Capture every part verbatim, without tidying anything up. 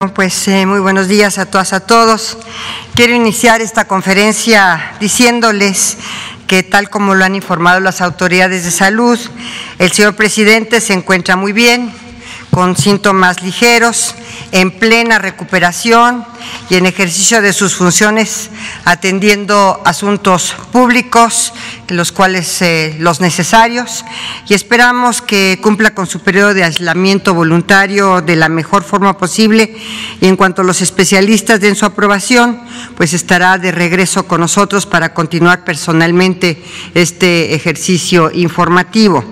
Pues eh, muy buenos días a todas, a todos. Quiero iniciar esta conferencia diciéndoles que, tal como lo han informado las autoridades de salud, el señor presidente se encuentra muy bien, con síntomas ligeros, en plena recuperación y en ejercicio de sus funciones, atendiendo asuntos públicos, los cuales eh, los necesarios, y esperamos que cumpla con su periodo de aislamiento voluntario de la mejor forma posible, y en cuanto los especialistas den su aprobación, pues estará de regreso con nosotros para continuar personalmente este ejercicio informativo.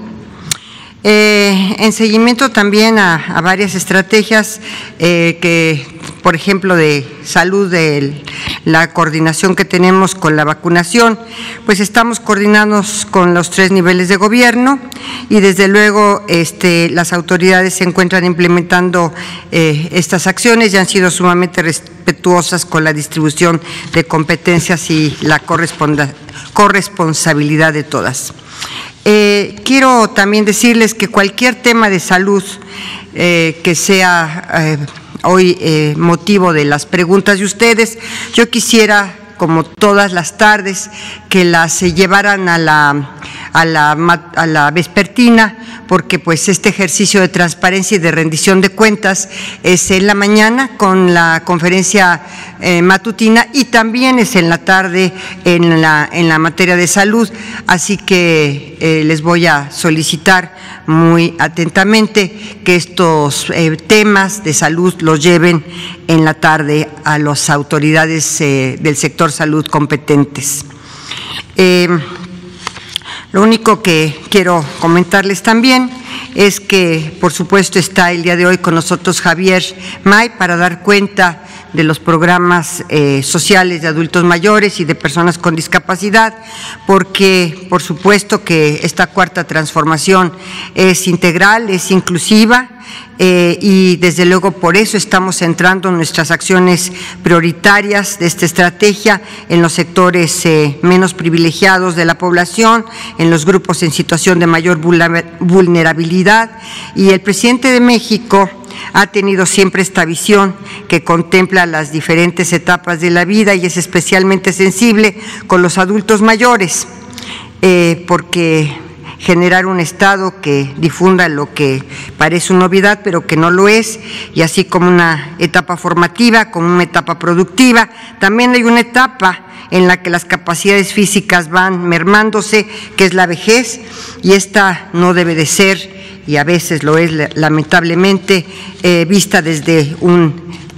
Eh, en seguimiento también a, a varias estrategias eh, que, por ejemplo, de salud, de la coordinación que tenemos con la vacunación, pues estamos coordinados con los tres niveles de gobierno y desde luego este, las autoridades se encuentran implementando eh, estas acciones y han sido sumamente respetuosas con la distribución de competencias y la corresponsabilidad de todas. Eh, quiero también decirles que cualquier tema de salud eh, que sea eh, hoy eh, motivo de las preguntas de ustedes, yo quisiera, como todas las tardes, que las eh, llevaran a la, a, la, a la vespertina, porque pues este ejercicio de transparencia y de rendición de cuentas es en la mañana con la conferencia eh, matutina y también es en la tarde en la, en la materia de salud, así que eh, les voy a solicitar muy atentamente que estos eh, temas de salud los lleven en la tarde a las autoridades eh, del sector salud competentes. Eh, Lo único que quiero comentarles también es que, por supuesto, está el día de hoy con nosotros Javier May para dar cuenta de los programas eh, sociales de adultos mayores y de personas con discapacidad, porque, por supuesto, que esta cuarta transformación es integral, es inclusiva, Eh, y desde luego por eso estamos centrando nuestras acciones prioritarias de esta estrategia en los sectores eh, menos privilegiados de la población, en los grupos en situación de mayor vulnerabilidad, y el presidente de México ha tenido siempre esta visión que contempla las diferentes etapas de la vida y es especialmente sensible con los adultos mayores, eh, porque generar un Estado que difunda lo que parece una novedad, pero que no lo es, y así como una etapa formativa, como una etapa productiva, también hay una etapa en la que las capacidades físicas van mermándose, que es la vejez, y esta no debe de ser, y a veces lo es lamentablemente, eh, vista desde un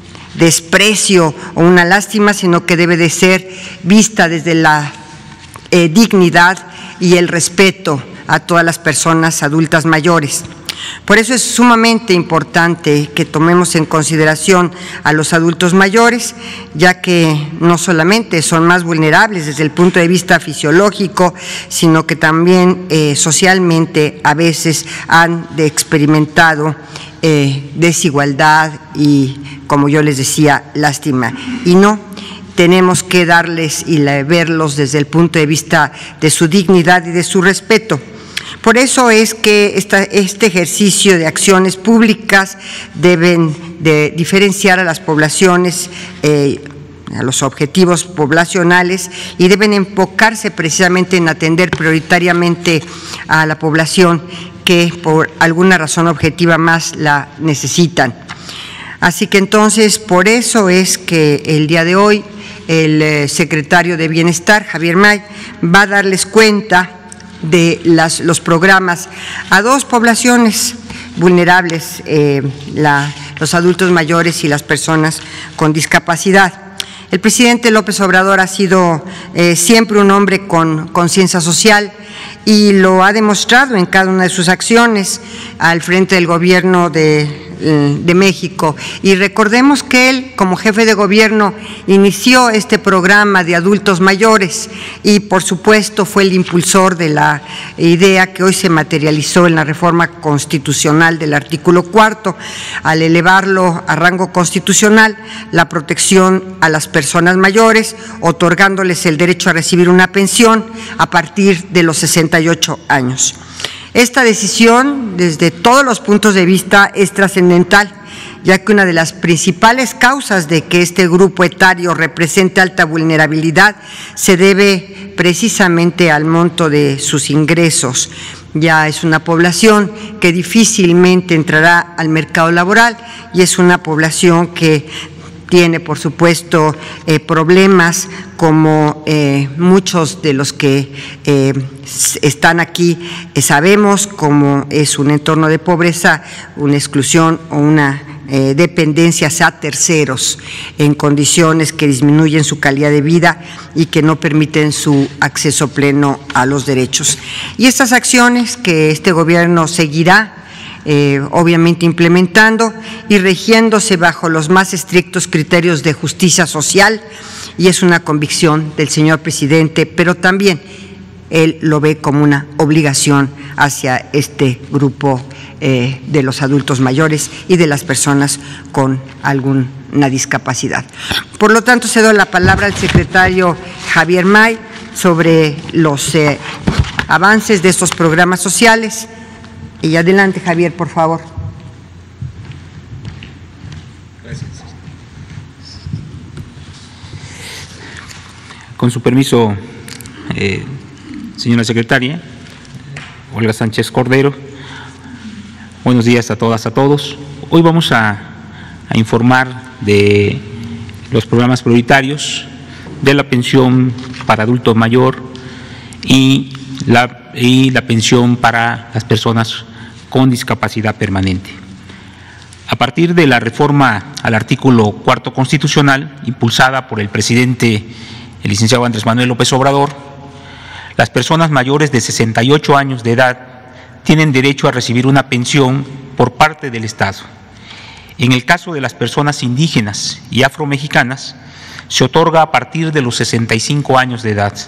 desprecio o una lástima, sino que debe de ser vista desde la eh, dignidad y el respeto a todas las personas adultas mayores. Por eso es sumamente importante que tomemos en consideración a los adultos mayores, ya que no solamente son más vulnerables desde el punto de vista fisiológico, sino que también eh, socialmente a veces han de experimentado eh, desigualdad y, como yo les decía, lástima. Y no, tenemos que darles y verlos desde el punto de vista de su dignidad y de su respeto. Por eso es que esta, este ejercicio de acciones públicas deben de diferenciar a las poblaciones, eh, a los objetivos poblacionales, y deben enfocarse precisamente en atender prioritariamente a la población que por alguna razón objetiva más la necesitan. Así que entonces, por eso es que el día de hoy el eh, secretario de Bienestar, Javier May, va a darles cuenta de las, los programas a dos poblaciones vulnerables, eh, la, los adultos mayores y las personas con discapacidad. El presidente López Obrador ha sido eh, siempre un hombre con conciencia social y lo ha demostrado en cada una de sus acciones al frente del gobierno de de México. Y recordemos que él, como jefe de gobierno, inició este programa de adultos mayores y, por supuesto, fue el impulsor de la idea que hoy se materializó en la reforma constitucional del artículo cuarto, al elevarlo a rango constitucional, la protección a las personas mayores, otorgándoles el derecho a recibir una pensión a partir de los sesenta y ocho años. Esta decisión, desde todos los puntos de vista, es trascendental, ya que una de las principales causas de que este grupo etario represente alta vulnerabilidad se debe precisamente al monto de sus ingresos. Ya es una población que difícilmente entrará al mercado laboral y es una población que tiene, por supuesto, eh, problemas como eh, muchos de los que eh, están aquí eh, sabemos, como es un entorno de pobreza, una exclusión o una eh, dependencia a terceros en condiciones que disminuyen su calidad de vida y que no permiten su acceso pleno a los derechos. Y estas acciones que este gobierno seguirá Eh, obviamente implementando y regiéndose bajo los más estrictos criterios de justicia social, y es una convicción del señor presidente, pero también él lo ve como una obligación hacia este grupo eh, de los adultos mayores y de las personas con alguna discapacidad. Por lo tanto, cedo la palabra al secretario Javier May sobre los eh, avances de estos programas sociales. Y adelante, Javier, por favor. Gracias. Con su permiso, eh, señora secretaria, Olga Sánchez Cordero, buenos días a todas, a todos. Hoy vamos a, a informar de los programas prioritarios de la pensión para adulto mayor y la, y la pensión para las personas con discapacidad permanente. A partir de la reforma al artículo cuarto constitucional, impulsada por el presidente, el licenciado Andrés Manuel López Obrador, las personas mayores de sesenta y ocho años de edad tienen derecho a recibir una pensión por parte del Estado. En el caso de las personas indígenas y afromexicanas, se otorga a partir de los sesenta y cinco años de edad.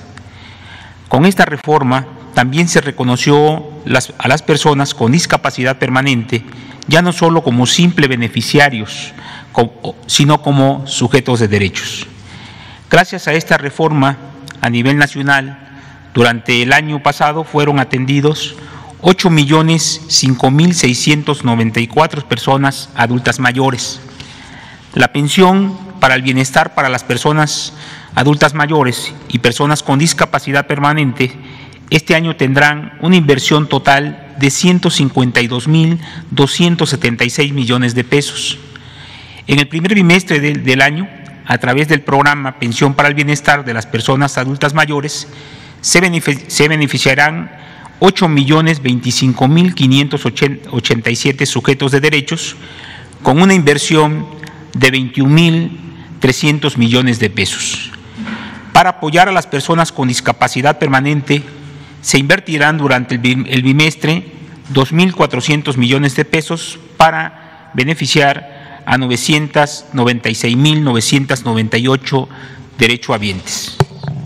Con esta reforma, también se reconoció las, a las personas con discapacidad permanente ya no solo como simples beneficiarios, como, sino como sujetos de derechos. Gracias a esta reforma, a nivel nacional, durante el año pasado fueron atendidos ocho millones cinco mil seiscientas noventa y cuatro personas adultas mayores. La pensión para el bienestar para las personas adultas mayores y personas con discapacidad permanente este año tendrán una inversión total de ciento cincuenta y dos mil doscientos setenta y seis millones de pesos. En el primer bimestre de, del año, a través del programa Pensión para el Bienestar de las Personas Adultas Mayores, se, benefic se beneficiarán ocho millones veinticinco mil quinientos ochenta y siete sujetos de derechos, con una inversión de veintiún mil trescientos millones de pesos. Para apoyar a las personas con discapacidad permanente, se invertirán durante el bimestre dos mil cuatrocientos millones de pesos para beneficiar a novecientos noventa y seis mil novecientos noventa y ocho derechohabientes.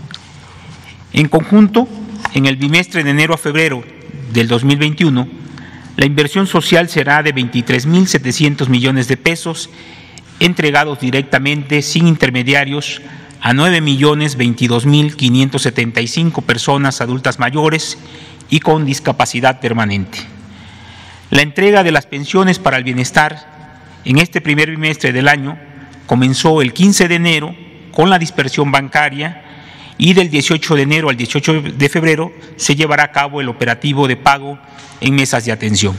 En conjunto, en el bimestre de enero a febrero del dos mil veintiuno, la inversión social será de veintitrés mil setecientos millones de pesos, entregados directamente, sin intermediarios, a nueve millones veintidós mil quinientas setenta y cinco personas adultas mayores y con discapacidad permanente. La entrega de las pensiones para el bienestar en este primer bimestre del año comenzó el quince de enero con la dispersión bancaria y del dieciocho de enero al dieciocho de febrero se llevará a cabo el operativo de pago en mesas de atención.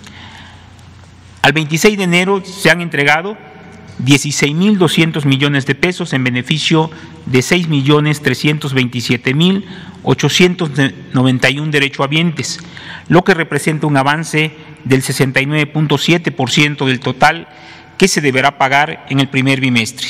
Al veintiséis de enero se han entregado dieciséis mil doscientos millones de pesos en beneficio de seis millones trescientos veintisiete mil ochocientos noventa y uno derechohabientes, lo que representa un avance del sesenta y nueve punto siete por ciento del total que se deberá pagar en el primer bimestre.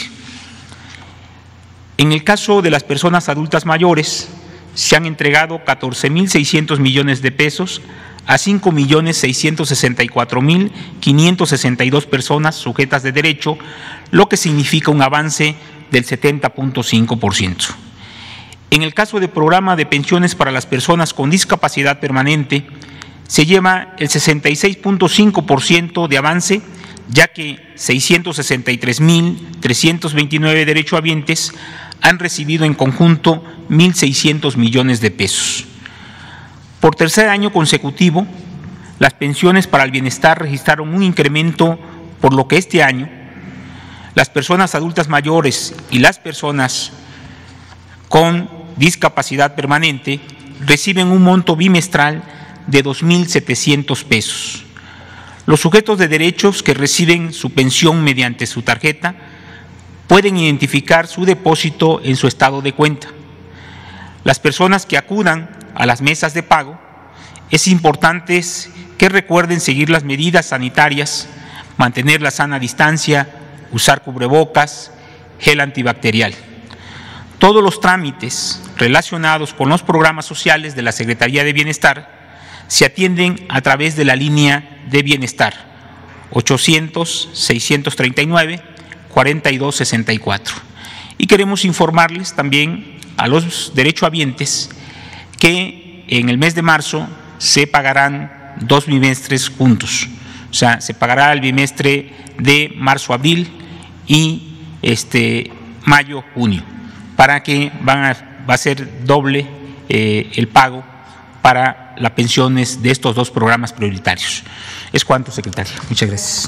En el caso de las personas adultas mayores, se han entregado catorce mil seiscientos millones de pesos a cinco millones seiscientos sesenta y cuatro mil quinientas sesenta y dos personas sujetas de derecho, lo que significa un avance del setenta punto cinco por ciento. En el caso del programa de pensiones para las personas con discapacidad permanente, se lleva el sesenta y seis punto cinco por ciento de avance, ya que seiscientos sesenta y tres mil trescientos veintinueve derechohabientes han recibido en conjunto mil seiscientos millones de pesos. Por tercer año consecutivo, las pensiones para el bienestar registraron un incremento por lo que este año las personas adultas mayores y las personas con discapacidad permanente reciben un monto bimestral de dos mil setecientos pesos. Los sujetos de derechos que reciben su pensión mediante su tarjeta pueden identificar su depósito en su estado de cuenta. Las personas que acudan a las mesas de pago, es importante que recuerden seguir las medidas sanitarias, mantener la sana distancia, usar cubrebocas, gel antibacterial. Todos los trámites relacionados con los programas sociales de la Secretaría de Bienestar se atienden a través de la línea de bienestar ochocientos, seiscientos treinta y nueve, cuarenta y dos sesenta y cuatro. Y queremos informarles también a los derechohabientes que en el mes de marzo se pagarán dos bimestres juntos. O sea, se pagará el bimestre de marzo-abril y este, mayo-junio, para que van a, va a ser doble eh, el pago para las pensiones de estos dos programas prioritarios. Es cuanto, secretario. Muchas gracias.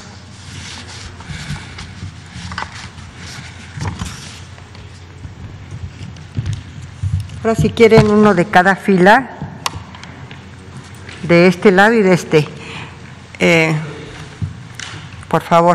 Ahora, si quieren uno de cada fila, de este lado y de este. Eh, por favor.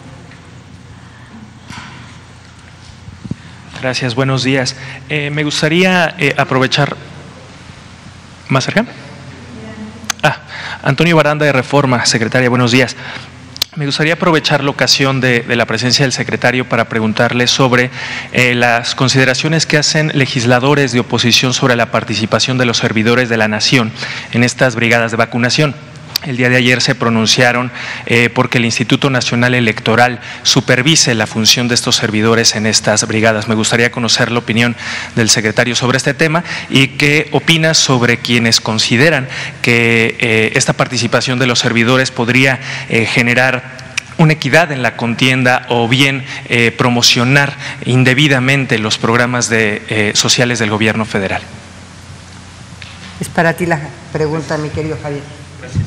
Gracias, buenos días. Eh, me gustaría eh, aprovechar… ¿Más cerca? Ah, Antonio Baranda de Reforma, secretaria, buenos días. Me gustaría aprovechar la ocasión de, de la presencia del secretario para preguntarle sobre eh, las consideraciones que hacen legisladores de oposición sobre la participación de los servidores de la nación en estas brigadas de vacunación. El día de ayer se pronunciaron eh, porque el Instituto Nacional Electoral supervise la función de estos servidores en estas brigadas. Me gustaría conocer la opinión del secretario sobre este tema y qué opina sobre quienes consideran que eh, esta participación de los servidores podría eh, generar una equidad en la contienda o bien eh, promocionar indebidamente los programas de, eh, sociales del gobierno federal. Es para ti la pregunta, mi querido Javier. Gracias.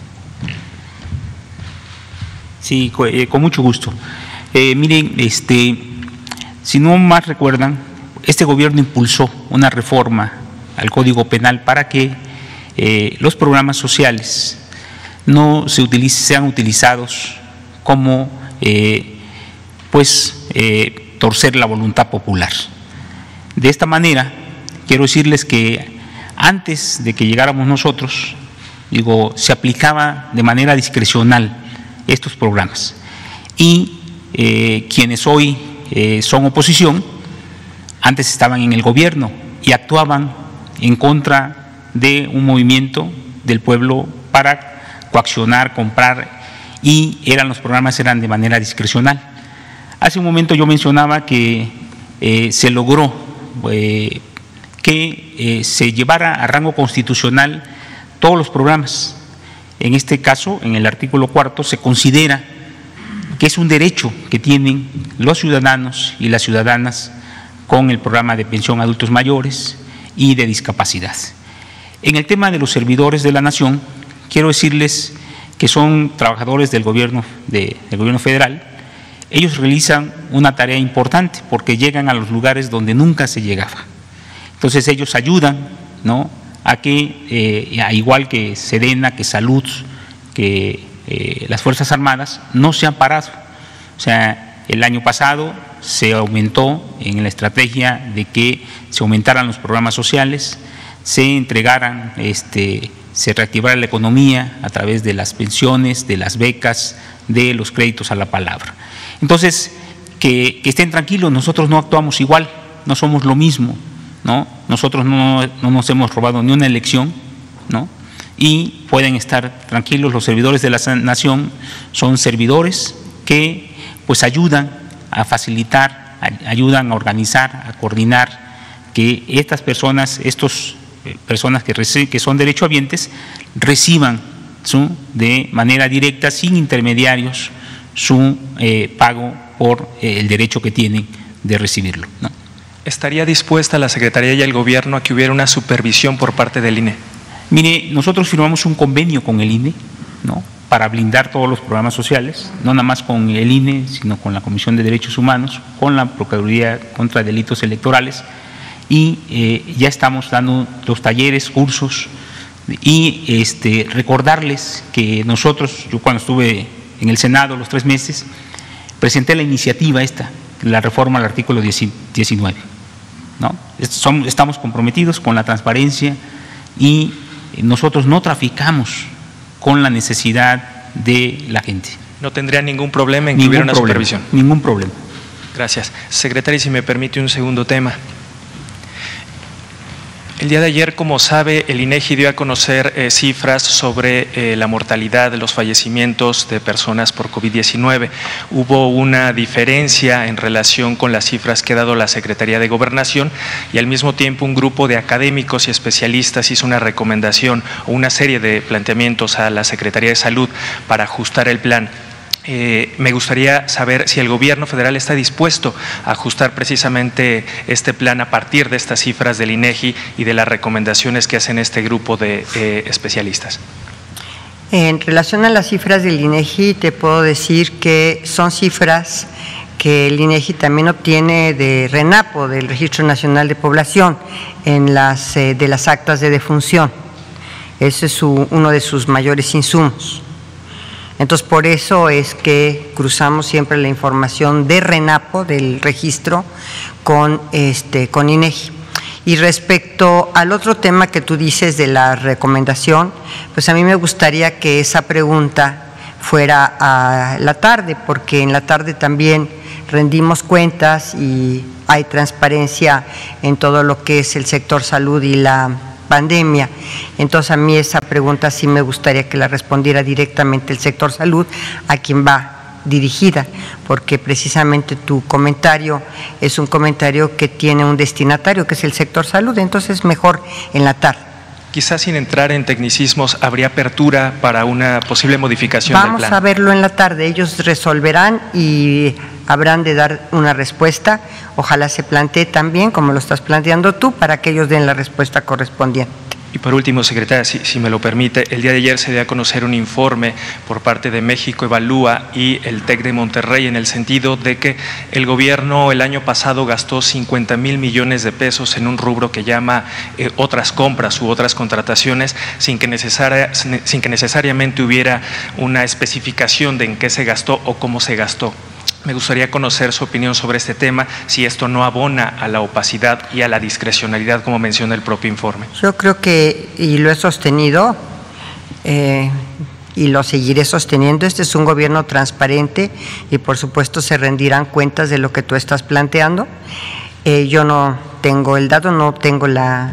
Sí, con mucho gusto. Eh, miren, este, si no más recuerdan, este gobierno impulsó una reforma al Código Penal para que eh, los programas sociales no se utilicen, sean utilizados como eh, pues eh, torcer la voluntad popular. De esta manera, quiero decirles que antes de que llegáramos nosotros, digo, se aplicaba de manera discrecional estos programas y eh, quienes hoy eh, son oposición antes estaban en el gobierno y actuaban en contra de un movimiento del pueblo para coaccionar, comprar, y eran los programas eran de manera discrecional. Hace un momento yo mencionaba que eh, se logró eh, que eh, se llevara a rango constitucional todos los programas. En este caso, en el artículo cuarto, se considera que es un derecho que tienen los ciudadanos y las ciudadanas con el programa de pensión a adultos mayores y de discapacidad. En el tema de los servidores de la nación, quiero decirles que son trabajadores del gobierno, de, del gobierno federal. Ellos realizan una tarea importante porque llegan a los lugares donde nunca se llegaba. Entonces ellos ayudan, ¿no?, a que, eh, a igual que Sedena, que Salud, que eh, las Fuerzas Armadas, no se han parado. O sea, el año pasado se aumentó en la estrategia de que se aumentaran los programas sociales, se entregaran, este, se reactivara la economía a través de las pensiones, de las becas, de los créditos a la palabra. Entonces, que, que estén tranquilos, nosotros no actuamos igual, no somos lo mismo, ¿no? Nosotros no, no nos hemos robado ni una elección, ¿no? Y pueden estar tranquilos, los servidores de la nación son servidores que pues ayudan a facilitar, ayudan a organizar, a coordinar que estas personas, estos personas que, reciben, que son derechohabientes, reciban su, de manera directa, sin intermediarios, su eh, pago por eh, el derecho que tienen de recibirlo, ¿no? ¿Estaría dispuesta la Secretaría y el Gobierno a que hubiera una supervisión por parte del I N E? Mire, nosotros firmamos un convenio con el I N E, ¿no?, para blindar todos los programas sociales, no nada más con el I N E, sino con la Comisión de Derechos Humanos, con la Procuraduría contra Delitos Electorales, y eh, ya estamos dando los talleres, cursos, y este, recordarles que nosotros, yo cuando estuve en el Senado los tres meses, presenté la iniciativa esta, la reforma al artículo diecinueve, ¿no? Estamos comprometidos con la transparencia y nosotros no traficamos con la necesidad de la gente. ¿No tendría ningún problema en que hubiera una supervisión? Ningún problema. Gracias. Secretaria, si me permite un segundo tema. El día de ayer, como sabe, el INEGI dio a conocer eh, cifras sobre eh, la mortalidad de los fallecimientos de personas por COVID diecinueve. Hubo una diferencia en relación con las cifras que ha dado la Secretaría de Gobernación y al mismo tiempo un grupo de académicos y especialistas hizo una recomendación o una serie de planteamientos a la Secretaría de Salud para ajustar el plan. Eh, me gustaría saber si el gobierno federal está dispuesto a ajustar precisamente este plan a partir de estas cifras del INEGI y de las recomendaciones que hacen este grupo de eh, especialistas. En relación a las cifras del INEGI, te puedo decir que son cifras que el INEGI también obtiene de RENAPO, del Registro Nacional de Población, en las eh, de las actas de defunción. Ese es su, uno de sus mayores insumos. Entonces, por eso es que cruzamos siempre la información de RENAPO, del registro, con, este, con INEGI. Y respecto al otro tema que tú dices de la recomendación, pues a mí me gustaría que esa pregunta fuera a la tarde, porque en la tarde también rendimos cuentas y hay transparencia en todo lo que es el sector salud y la pandemia. Entonces a mí esa pregunta sí me gustaría que la respondiera directamente el sector salud, a quien va dirigida, porque precisamente tu comentario es un comentario que tiene un destinatario, que es el sector salud, entonces mejor en la tarde. Quizás sin entrar en tecnicismos, ¿habría apertura para una posible modificación Vamos del plan? Vamos a verlo en la tarde, ellos resolverán y habrán de dar una respuesta. Ojalá se plantee también, como lo estás planteando tú, para que ellos den la respuesta correspondiente. Y por último, secretaria, si, si me lo permite, el día de ayer se dio a conocer un informe por parte de México Evalúa y el TEC de Monterrey en el sentido de que el gobierno el año pasado gastó cincuenta mil millones de pesos en un rubro que llama eh, otras compras u otras contrataciones sin que, necesaria, sin que necesariamente hubiera una especificación de en qué se gastó o cómo se gastó. Me gustaría conocer su opinión sobre este tema, si esto no abona a la opacidad y a la discrecionalidad, como menciona el propio informe. Yo creo que, y lo he sostenido, eh, y lo seguiré sosteniendo, este es un gobierno transparente y por supuesto se rendirán cuentas de lo que tú estás planteando. Eh, yo no tengo el dato, no tengo la,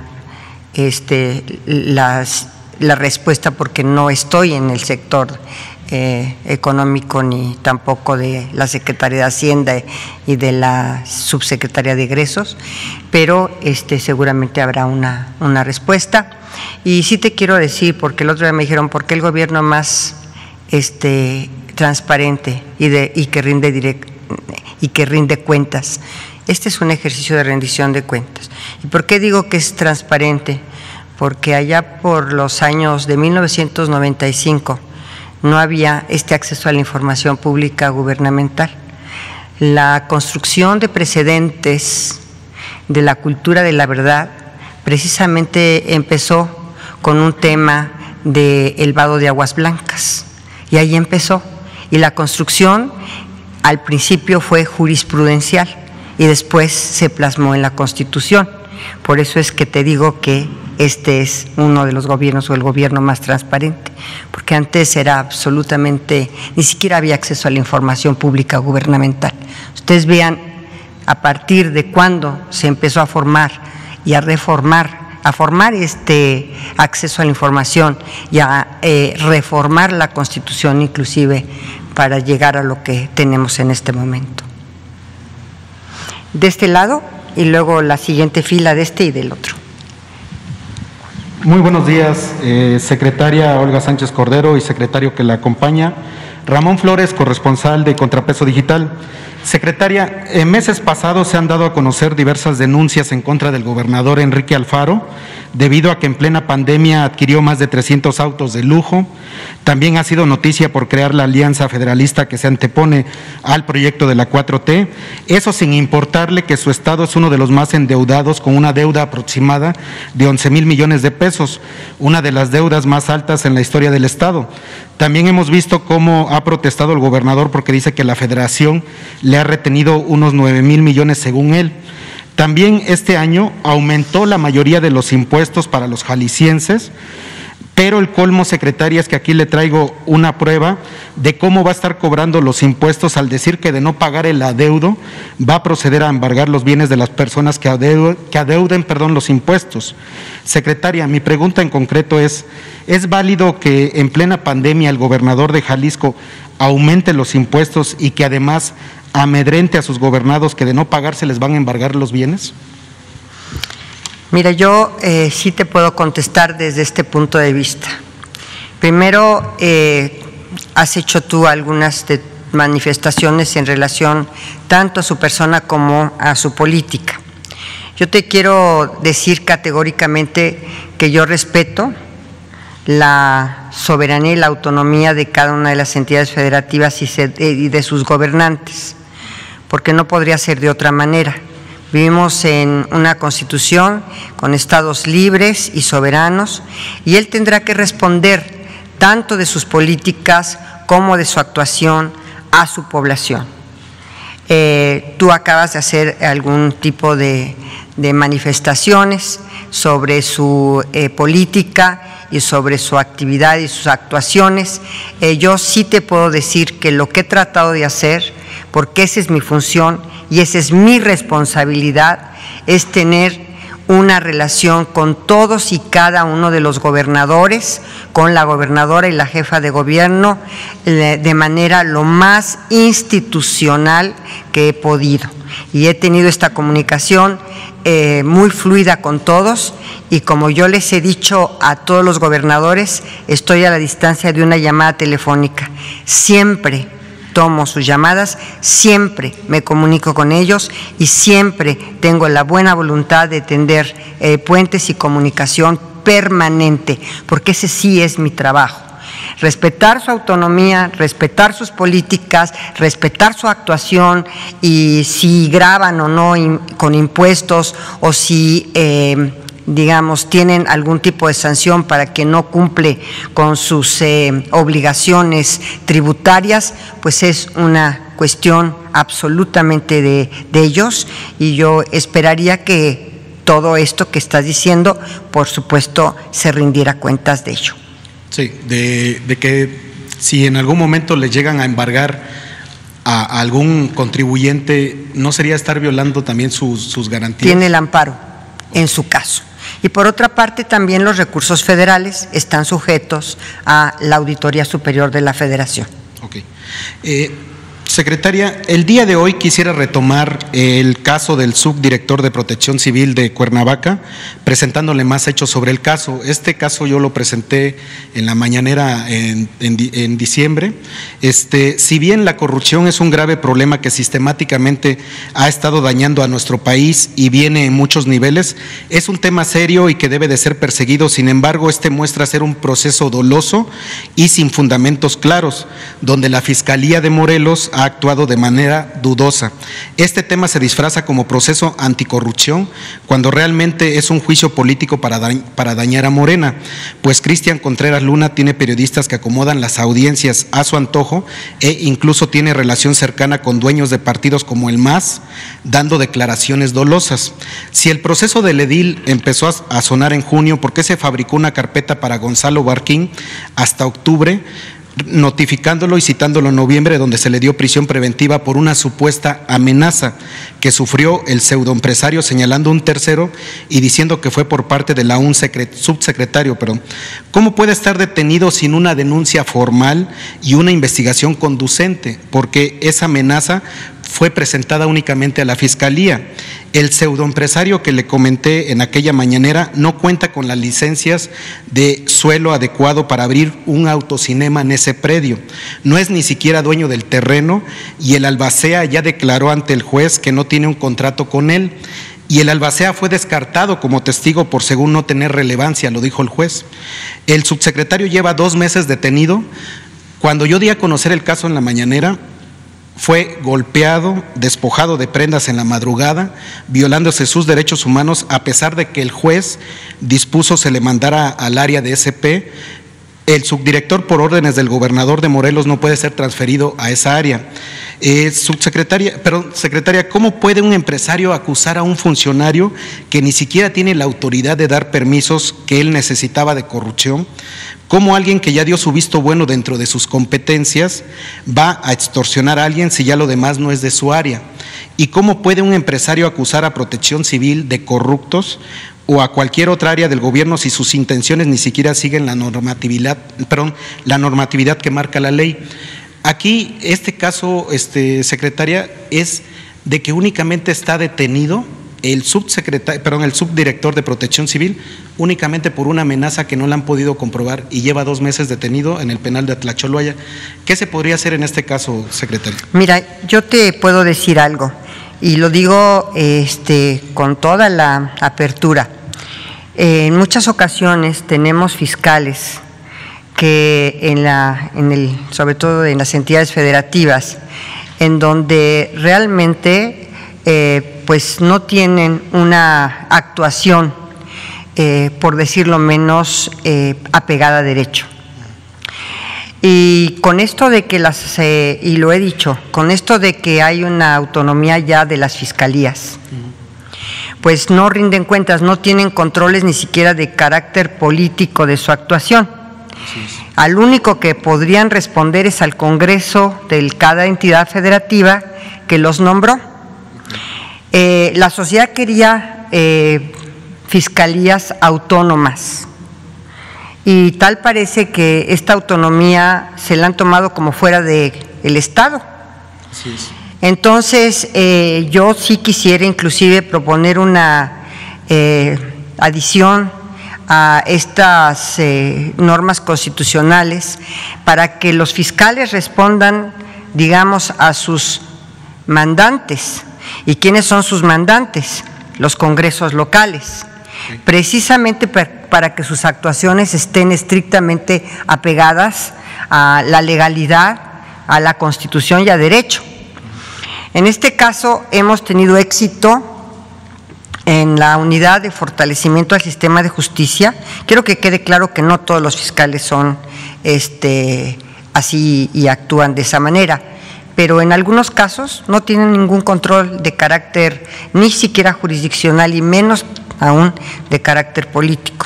este, las, la respuesta porque no estoy en el sector Eh, económico ni tampoco de la Secretaría de Hacienda y de la Subsecretaría de Egresos, pero este, seguramente habrá una, una respuesta. Y sí te quiero decir, porque el otro día me dijeron, ¿por qué el gobierno más este, transparente y, de, y, que rinde direct, y que rinde cuentas? Este es un ejercicio de rendición de cuentas. ¿Y por qué digo que es transparente? Porque allá por los años de mil novecientos noventa y cinco, no había este acceso a la información pública gubernamental. La construcción de precedentes de la cultura de la verdad precisamente empezó con un tema del vado de aguas blancas, y ahí empezó. Y la construcción al principio fue jurisprudencial y después se plasmó en la Constitución. Por eso es que te digo que este es uno de los gobiernos o el gobierno más transparente, porque antes era absolutamente, ni siquiera había acceso a la información pública gubernamental. Ustedes vean a partir de cuándo se empezó a formar y a reformar, a formar este acceso a la información y a eh, reformar la Constitución inclusive para llegar a lo que tenemos en este momento. De este lado y luego la siguiente fila de este y del otro. Muy buenos días, eh, secretaria Olga Sánchez Cordero y secretario que la acompaña. Ramón Flores, corresponsal de Contrapeso Digital. Secretaria, en meses pasados se han dado a conocer diversas denuncias en contra del gobernador Enrique Alfaro, debido a que en plena pandemia adquirió más de trescientos autos de lujo. También ha sido noticia por crear la alianza federalista que se antepone al proyecto de la cuatro T, eso sin importarle que su estado es uno de los más endeudados, con una deuda aproximada de once mil millones de pesos, una de las deudas más altas en la historia del estado. También hemos visto cómo ha protestado el gobernador porque dice que la federación le ha retenido unos nueve mil millones según él. También este año aumentó la mayoría de los impuestos para los jaliscienses, pero el colmo, secretaria, es que aquí le traigo una prueba de cómo va a estar cobrando los impuestos al decir que de no pagar el adeudo va a proceder a embargar los bienes de las personas que adeuden, que adeuden perdón, los impuestos. Secretaria, mi pregunta en concreto es, ¿es válido que en plena pandemia el gobernador de Jalisco aumente los impuestos y que además amedrente a sus gobernados que de no pagar se les van a embargar los bienes? Mira, yo eh, sí te puedo contestar desde este punto de vista. Primero, eh, has hecho tú algunas de manifestaciones en relación tanto a su persona como a su política. Yo te quiero decir categóricamente que yo respeto la soberanía y la autonomía de cada una de las entidades federativas y, se, y de sus gobernantes, porque no podría ser de otra manera. Vivimos en una constitución con estados libres y soberanos, y él tendrá que responder tanto de sus políticas como de su actuación a su población. Eh, tú acabas de hacer algún tipo de, de manifestaciones sobre su eh, política y sobre su actividad y sus actuaciones. Eh, yo sí te puedo decir que lo que he tratado de hacer, porque esa es mi función y esa es mi responsabilidad, es tener una relación con todos y cada uno de los gobernadores, con la gobernadora y la jefa de gobierno, de manera lo más institucional que he podido. Y he tenido esta comunicación eh, muy fluida con todos, y como yo les he dicho a todos los gobernadores, estoy a la distancia de una llamada telefónica. Siempre tomo sus llamadas, siempre me comunico con ellos y siempre tengo la buena voluntad de tender eh, puentes y comunicación permanente, porque ese sí es mi trabajo. Respetar su autonomía, respetar sus políticas, respetar su actuación, y si graban o no in, con impuestos, o si eh, digamos, tienen algún tipo de sanción para que no cumple con sus eh, obligaciones tributarias, pues es una cuestión absolutamente de, de ellos, y yo esperaría que todo esto que estás diciendo, por supuesto, se rindiera cuentas de ello. Sí, de, de que si en algún momento les llegan a embargar a, a algún contribuyente, ¿no sería estar violando también sus, sus garantías? Tiene el amparo en su caso. Y por otra parte, también los recursos federales están sujetos a la Auditoría Superior de la Federación. Ok. Eh, secretaria, el día de hoy quisiera retomar el caso del subdirector de Protección Civil de Cuernavaca, presentándole más hechos sobre el caso. Este caso yo lo presenté en la mañanera en, en, en diciembre. Este, si bien la corrupción es un grave problema que sistemáticamente ha estado dañando a nuestro país y viene en muchos niveles, es un tema serio y que debe de ser perseguido. Sin embargo, este muestra ser un proceso doloso y sin fundamentos claros, donde la Fiscalía de Morelos ha actuado de manera dudosa. Este tema se disfraza como proceso anticorrupción, cuando realmente es un juicio político para, da para dañar a Morena, pues Cristian Contreras Luna tiene periodistas que acomodan las audiencias a su antojo e incluso tiene relación cercana con dueños de partidos como el M A S, dando declaraciones dolosas. Si el proceso del edil empezó a, a sonar en junio, ¿por qué se fabricó una carpeta para Gonzalo Barquín hasta octubre, notificándolo y citándolo en noviembre, donde se le dio prisión preventiva por una supuesta amenaza que sufrió el pseudoempresario, señalando un tercero y diciendo que fue por parte de la un subsecretario? Perdón. ¿Cómo puede estar detenido sin una denuncia formal y una investigación conducente? Porque esa amenaza fue presentada únicamente a la Fiscalía. El pseudoempresario que le comenté en aquella mañanera no cuenta con las licencias de suelo adecuado para abrir un autocinema en ese predio. No es ni siquiera dueño del terreno y el albacea ya declaró ante el juez que no tiene un contrato con él. Y el albacea fue descartado como testigo por según no tener relevancia, lo dijo el juez. El subsecretario lleva dos meses detenido. Cuando yo di a conocer el caso en la mañanera, fue golpeado, despojado de prendas en la madrugada, violándose sus derechos humanos, a pesar de que el juez dispuso se le mandara al área de S P. El subdirector, por órdenes del gobernador de Morelos, no puede ser transferido a esa área. Eh, subsecretaria, perdón, secretaria, ¿cómo puede un empresario acusar a un funcionario que ni siquiera tiene la autoridad de dar permisos que él necesitaba de corrupción? ¿Cómo alguien que ya dio su visto bueno dentro de sus competencias va a extorsionar a alguien si ya lo demás no es de su área? ¿Y cómo puede un empresario acusar a Protección Civil de corruptos o a cualquier otra área del gobierno si sus intenciones ni siquiera siguen la normatividad, perdón, la normatividad que marca la ley? Aquí, este caso, este, secretaria, es de que únicamente está detenido el subsecretario, perdón, el subdirector de Protección Civil, únicamente por una amenaza que no la han podido comprobar y lleva dos meses detenido en el penal de Atlacholoaya. ¿Qué se podría hacer en este caso, secretaria? Mira, yo te puedo decir algo y lo digo este, con toda la apertura. Eh, en muchas ocasiones tenemos fiscales que en la, en el, sobre todo en las entidades federativas, en donde realmente eh, pues no tienen una actuación, eh, por decirlo menos, eh, apegada a derecho. Y con esto de que las, eh, y lo he dicho, con esto de que hay una autonomía ya de las fiscalías, pues no rinden cuentas, no tienen controles ni siquiera de carácter político de su actuación. Al único que podrían responder es al Congreso de cada entidad federativa que los nombró. Eh, la sociedad quería eh, fiscalías autónomas y tal parece que esta autonomía se la han tomado como fuera del Estado. Así es. Entonces, eh, yo sí quisiera inclusive proponer una eh, adición a estas eh, normas constitucionales para que los fiscales respondan, digamos, a sus mandantes. ¿Y quiénes son sus mandantes? Los congresos locales, precisamente para que sus actuaciones estén estrictamente apegadas a la legalidad, a la Constitución y a derecho. En este caso hemos tenido éxito en la unidad de fortalecimiento al sistema de justicia. Quiero que quede claro que no todos los fiscales son este, así y actúan de esa manera, pero en algunos casos no tienen ningún control de carácter ni siquiera jurisdiccional y menos aún de carácter político.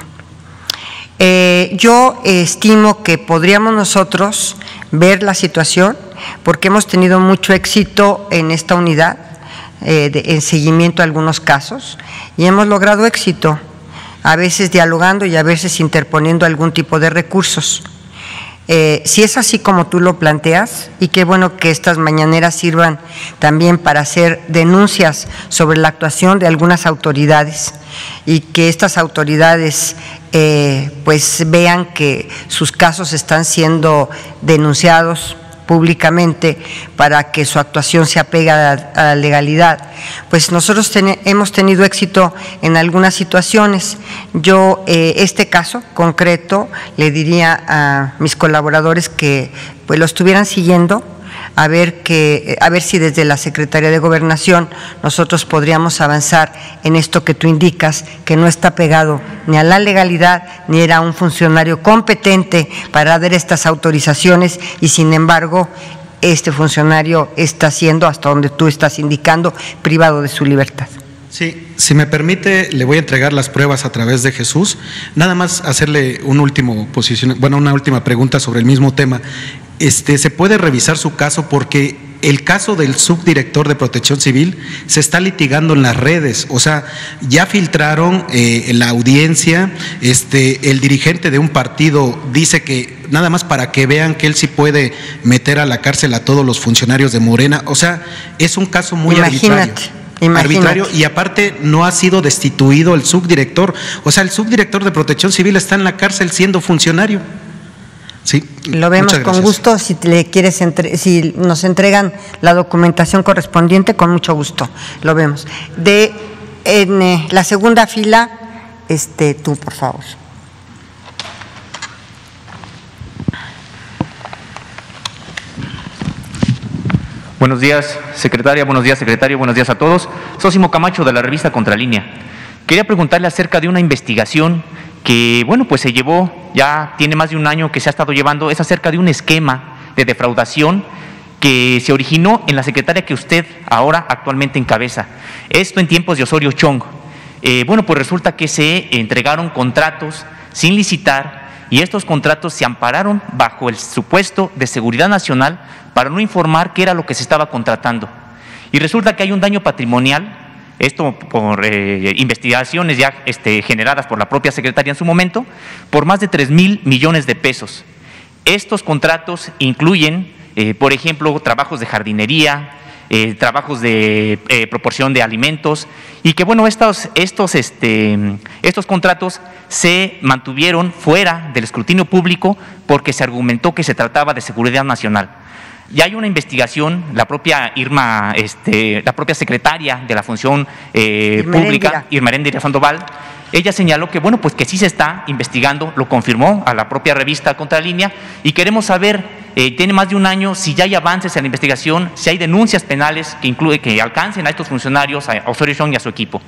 Eh, yo estimo que podríamos nosotros ver la situación porque hemos tenido mucho éxito en esta unidad, eh, de, en seguimiento a algunos casos y hemos logrado éxito, a veces dialogando y a veces interponiendo algún tipo de recursos. Eh, si es así como tú lo planteas, y qué bueno que estas mañaneras sirvan también para hacer denuncias sobre la actuación de algunas autoridades y que estas autoridades eh, pues vean que sus casos están siendo denunciados públicamente para que su actuación se apegue a, a la legalidad. Pues nosotros ten, hemos tenido éxito en algunas situaciones. Yo, eh, este caso concreto, le diría a mis colaboradores que pues lo estuvieran siguiendo, a ver, que, a ver si desde la Secretaría de Gobernación nosotros podríamos avanzar en esto que tú indicas, que no está pegado ni a la legalidad, ni era un funcionario competente para dar estas autorizaciones y sin embargo este funcionario está siendo, hasta donde tú estás indicando, privado de su libertad. Sí, si me permite, le voy a entregar las pruebas a través de Jesús. Nada más hacerle un último posición, bueno, una última pregunta sobre el mismo tema. Este, ¿se puede revisar su caso? Porque el caso del subdirector de Protección Civil se está litigando en las redes, o sea, ya filtraron eh, la audiencia, este, el dirigente de un partido dice que nada más para que vean que él sí puede meter a la cárcel a todos los funcionarios de Morena, o sea, es un caso muy Imagínate. arbitrario. Imagínate. Arbitrario, y aparte no ha sido destituido el subdirector, o sea, el subdirector de Protección Civil está en la cárcel siendo funcionario. Sí, lo vemos con gusto. Si le quieres entre, si nos entregan la documentación correspondiente, con mucho gusto lo vemos. De en eh, la segunda fila, este, tú, por favor. Buenos días, secretaria, buenos días, secretario, buenos días a todos. Sósimo Camacho, de la revista Contralínea. Quería preguntarle acerca de una investigación que, bueno, pues se llevó, ya tiene más de un año que se ha estado llevando, es acerca de un esquema de defraudación que se originó en la secretaria que usted ahora actualmente encabeza. Esto en tiempos de Osorio Chong. Eh, bueno, pues resulta que se entregaron contratos sin licitar y estos contratos se ampararon bajo el supuesto de seguridad nacional para no informar qué era lo que se estaba contratando. Y resulta que hay un daño patrimonial, esto por eh, investigaciones ya este, generadas por la propia secretaria en su momento, por más de tres mil millones de pesos. Estos contratos incluyen, eh, por ejemplo, trabajos de jardinería, eh, trabajos de eh, proporción de alimentos, y que bueno, estos, estos, este, estos contratos se mantuvieron fuera del escrutinio público porque se argumentó que se trataba de seguridad nacional. Ya hay una investigación, la propia Irma, este, la propia secretaria de la Función eh, Pública, Irma Heréndira Sandoval, ella señaló que bueno, pues que sí se está investigando, lo confirmó a la propia revista Contralínea, y queremos saber, eh, tiene más de un año, si ya hay avances en la investigación, si hay denuncias penales que incluye, que alcancen a estos funcionarios, a Osorio Chong y a su equipo.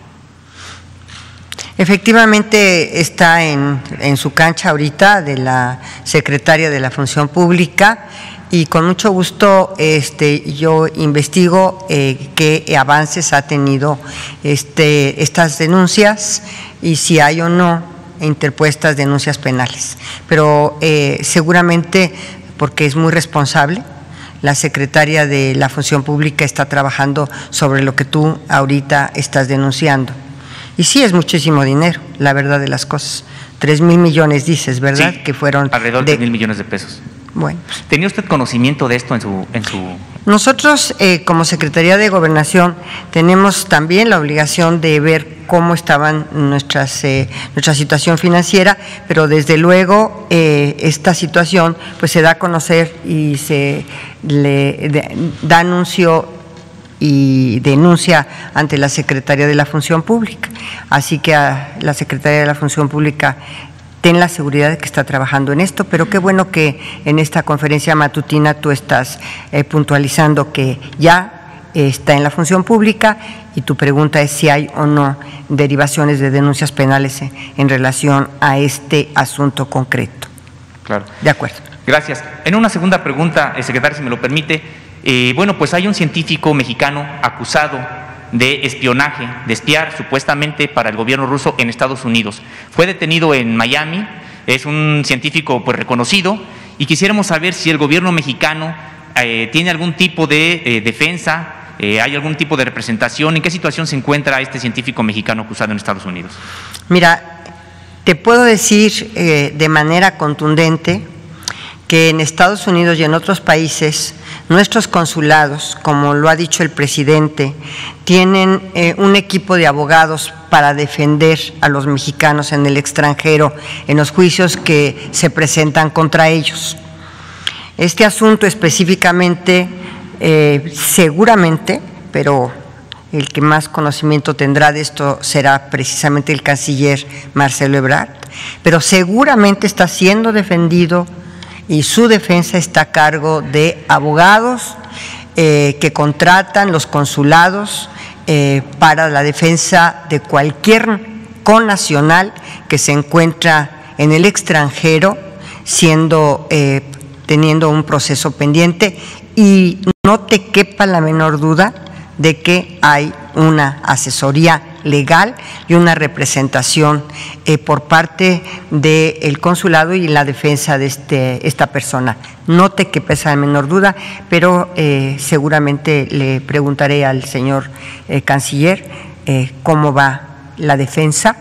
Efectivamente está en, en su cancha ahorita de la secretaria de la Función Pública. Y con mucho gusto este, yo investigo eh, qué avances ha tenido este, estas denuncias y si hay o no interpuestas denuncias penales. Pero eh, seguramente, porque es muy responsable, la secretaria de la Función Pública está trabajando sobre lo que tú ahorita estás denunciando. Y sí, es muchísimo dinero, la verdad de las cosas. Tres mil millones dices, ¿verdad? Sí, que fueron alrededor de tres mil millones de pesos. Bueno. ¿Tenía usted conocimiento de esto en su...? En su... Nosotros, eh, como Secretaría de Gobernación, tenemos también la obligación de ver cómo estaban nuestras, eh, nuestra situación financiera, pero desde luego eh, esta situación pues se da a conocer y se le de, da anuncio y denuncia ante la Secretaría de la Función Pública. Así que a la Secretaría de la Función Pública ten la seguridad de que está trabajando en esto, pero qué bueno que en esta conferencia matutina tú estás eh, puntualizando que ya eh, está en la Función Pública y tu pregunta es si hay o no derivaciones de denuncias penales en, en relación a este asunto concreto. Claro. De acuerdo. Gracias. En una segunda pregunta, eh, secretario, si me lo permite, eh, bueno, pues hay un científico mexicano acusado de espionaje, de espiar supuestamente para el gobierno ruso en Estados Unidos. Fue detenido en Miami, es un científico pues reconocido, y quisiéramos saber si el gobierno mexicano eh, tiene algún tipo de eh, defensa, eh, hay algún tipo de representación, ¿en qué situación se encuentra este científico mexicano acusado en Estados Unidos? Mira, te puedo decir eh, de manera contundente que en Estados Unidos y en otros países nuestros consulados, como lo ha dicho el presidente, tienen eh, un equipo de abogados para defender a los mexicanos en el extranjero en los juicios que se presentan contra ellos. Este asunto específicamente, eh, seguramente, pero el que más conocimiento tendrá de esto será precisamente el canciller Marcelo Ebrard, pero seguramente está siendo defendido y su defensa está a cargo de abogados eh, que contratan los consulados eh, para la defensa de cualquier connacional que se encuentra en el extranjero, siendo eh, teniendo un proceso pendiente, y no te quepa la menor duda de que hay una asesoría legal y una representación eh, por parte del consulado y la defensa de este, esta persona. No te quepa la menor duda, pero eh, seguramente le preguntaré al señor eh, canciller eh, cómo va la defensa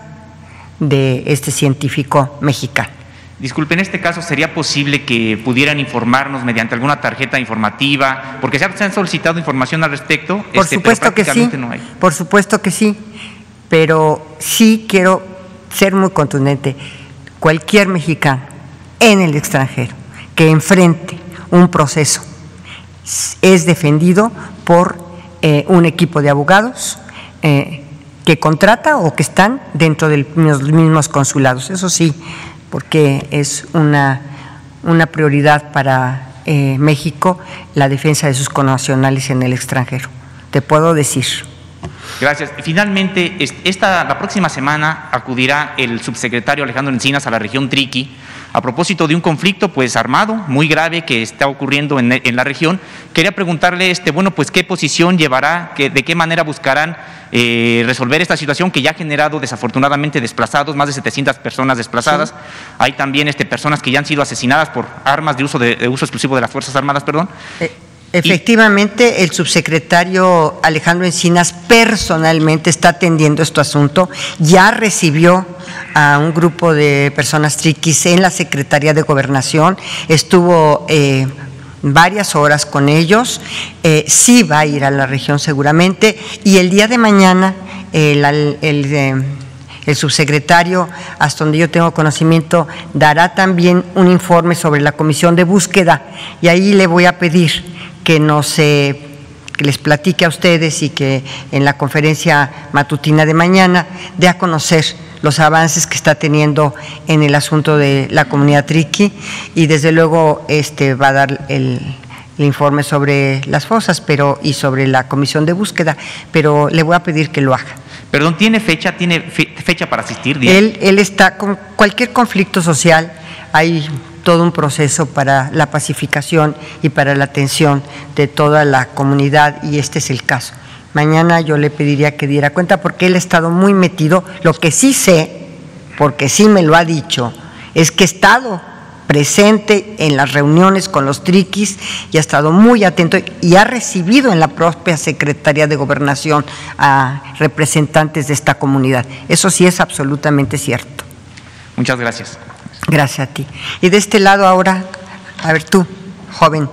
de este científico mexicano. Disculpe, en este caso, ¿sería posible que pudieran informarnos mediante alguna tarjeta informativa? Porque se han solicitado información al respecto. Por este, supuesto pero que sí, no hay. por supuesto que sí, pero sí quiero ser muy contundente. Cualquier mexicano en el extranjero que enfrente un proceso es defendido por eh, un equipo de abogados eh, que contrata o que están dentro de los mismos consulados. Eso sí, porque es una, una prioridad para eh, México la defensa de sus connacionales en el extranjero. Te puedo decir. Gracias. Finalmente, esta, la próxima semana acudirá el subsecretario Alejandro Encinas a la región Triqui a propósito de un conflicto pues armado muy grave que está ocurriendo en, en la región. Quería preguntarle, este, bueno, pues qué posición llevará, que, de qué manera buscarán eh, resolver esta situación que ya ha generado desafortunadamente desplazados, más de setecientas personas desplazadas. Sí. Hay también este, personas que ya han sido asesinadas por armas de uso, de, de uso exclusivo de las Fuerzas Armadas, perdón. Eh. Efectivamente, el subsecretario Alejandro Encinas personalmente está atendiendo este asunto, ya recibió a un grupo de personas triquis en la Secretaría de Gobernación, estuvo eh, varias horas con ellos, eh, sí va a ir a la región seguramente, y el día de mañana el, el, el eh, El subsecretario, hasta donde yo tengo conocimiento, dará también un informe sobre la comisión de búsqueda, y ahí le voy a pedir que nos eh, que les platique a ustedes y que en la conferencia matutina de mañana dé a conocer los avances que está teniendo en el asunto de la comunidad triqui, y desde luego este va a dar el, el informe sobre las fosas pero y sobre la comisión de búsqueda, pero le voy a pedir que lo haga. Perdón, ¿tiene fecha, tiene fe, fecha para asistir? Él, él está con cualquier conflicto social, hay todo un proceso para la pacificación y para la atención de toda la comunidad, y este es el caso. Mañana yo le pediría que diera cuenta porque él ha estado muy metido. Lo que sí sé, porque sí me lo ha dicho, es que ha estado presente en las reuniones con los triquis y ha estado muy atento y ha recibido en la propia Secretaría de Gobernación a representantes de esta comunidad. Eso sí es absolutamente cierto. Muchas gracias. Gracias a ti. Y de este lado ahora, a ver tú, joven.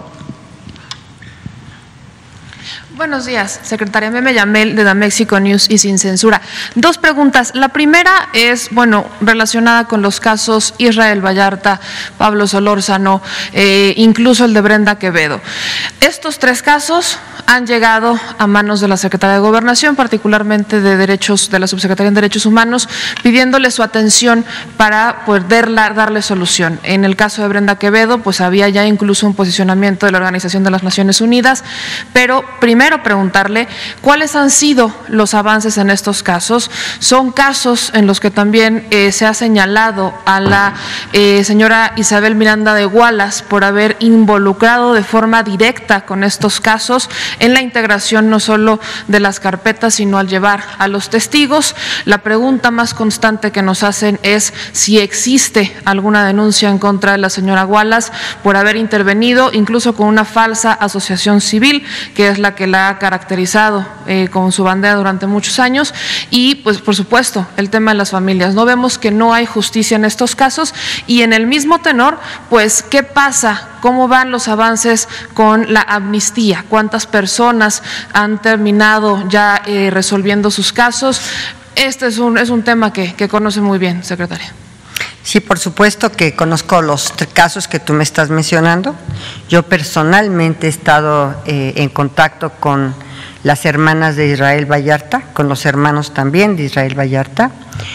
Buenos días, secretaria Meme Yamel de Damexico News y Sin Censura. Dos preguntas. La primera es, bueno, relacionada con los casos Israel Vallarta, Pablo Solórzano, eh, incluso el de Brenda Quevedo. Estos tres casos han llegado a manos de la Secretaría de Gobernación, particularmente de Derechos, de la Subsecretaría de Derechos Humanos, pidiéndole su atención para poder darle solución. En el caso de Brenda Quevedo, pues había ya incluso un posicionamiento de la Organización de las Naciones Unidas, pero primero Primero, preguntarle cuáles han sido los avances en estos casos. Son casos en los que también eh, se ha señalado a la eh, señora Isabel Miranda de Gualas por haber involucrado de forma directa con estos casos en la integración no solo de las carpetas, sino al llevar a los testigos. La pregunta más constante que nos hacen es si existe alguna denuncia en contra de la señora Gualas por haber intervenido, incluso con una falsa asociación civil, que es la que la ha caracterizado eh, con su bandera durante muchos años, y pues por supuesto el tema de las familias. No vemos que no hay justicia en estos casos, y en el mismo tenor, pues ¿qué pasa? ¿Cómo van los avances con la amnistía? ¿Cuántas personas han terminado ya eh, resolviendo sus casos? Este es un, es un tema que, que conoce muy bien, secretaria. Sí, por supuesto que conozco los casos que tú me estás mencionando. Yo personalmente he estado eh, en contacto con las hermanas de Israel Vallarta, con los hermanos también de Israel Vallarta,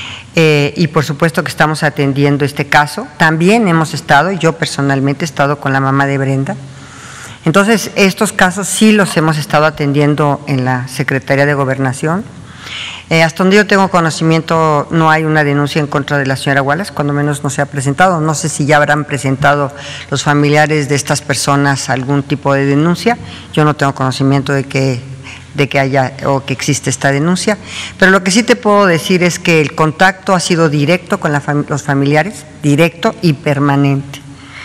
eh, y por supuesto que estamos atendiendo este caso. También hemos estado, yo personalmente he estado con la mamá de Brenda. Entonces, estos casos sí los hemos estado atendiendo en la Secretaría de Gobernación. Eh, hasta donde yo tengo conocimiento, no hay una denuncia en contra de la señora Gualas, cuando menos no se ha presentado. No sé si ya habrán presentado los familiares de estas personas algún tipo de denuncia. Yo no tengo conocimiento de que de que haya o que existe esta denuncia, pero lo que sí te puedo decir es que el contacto ha sido directo con la fam- los familiares, directo y permanente.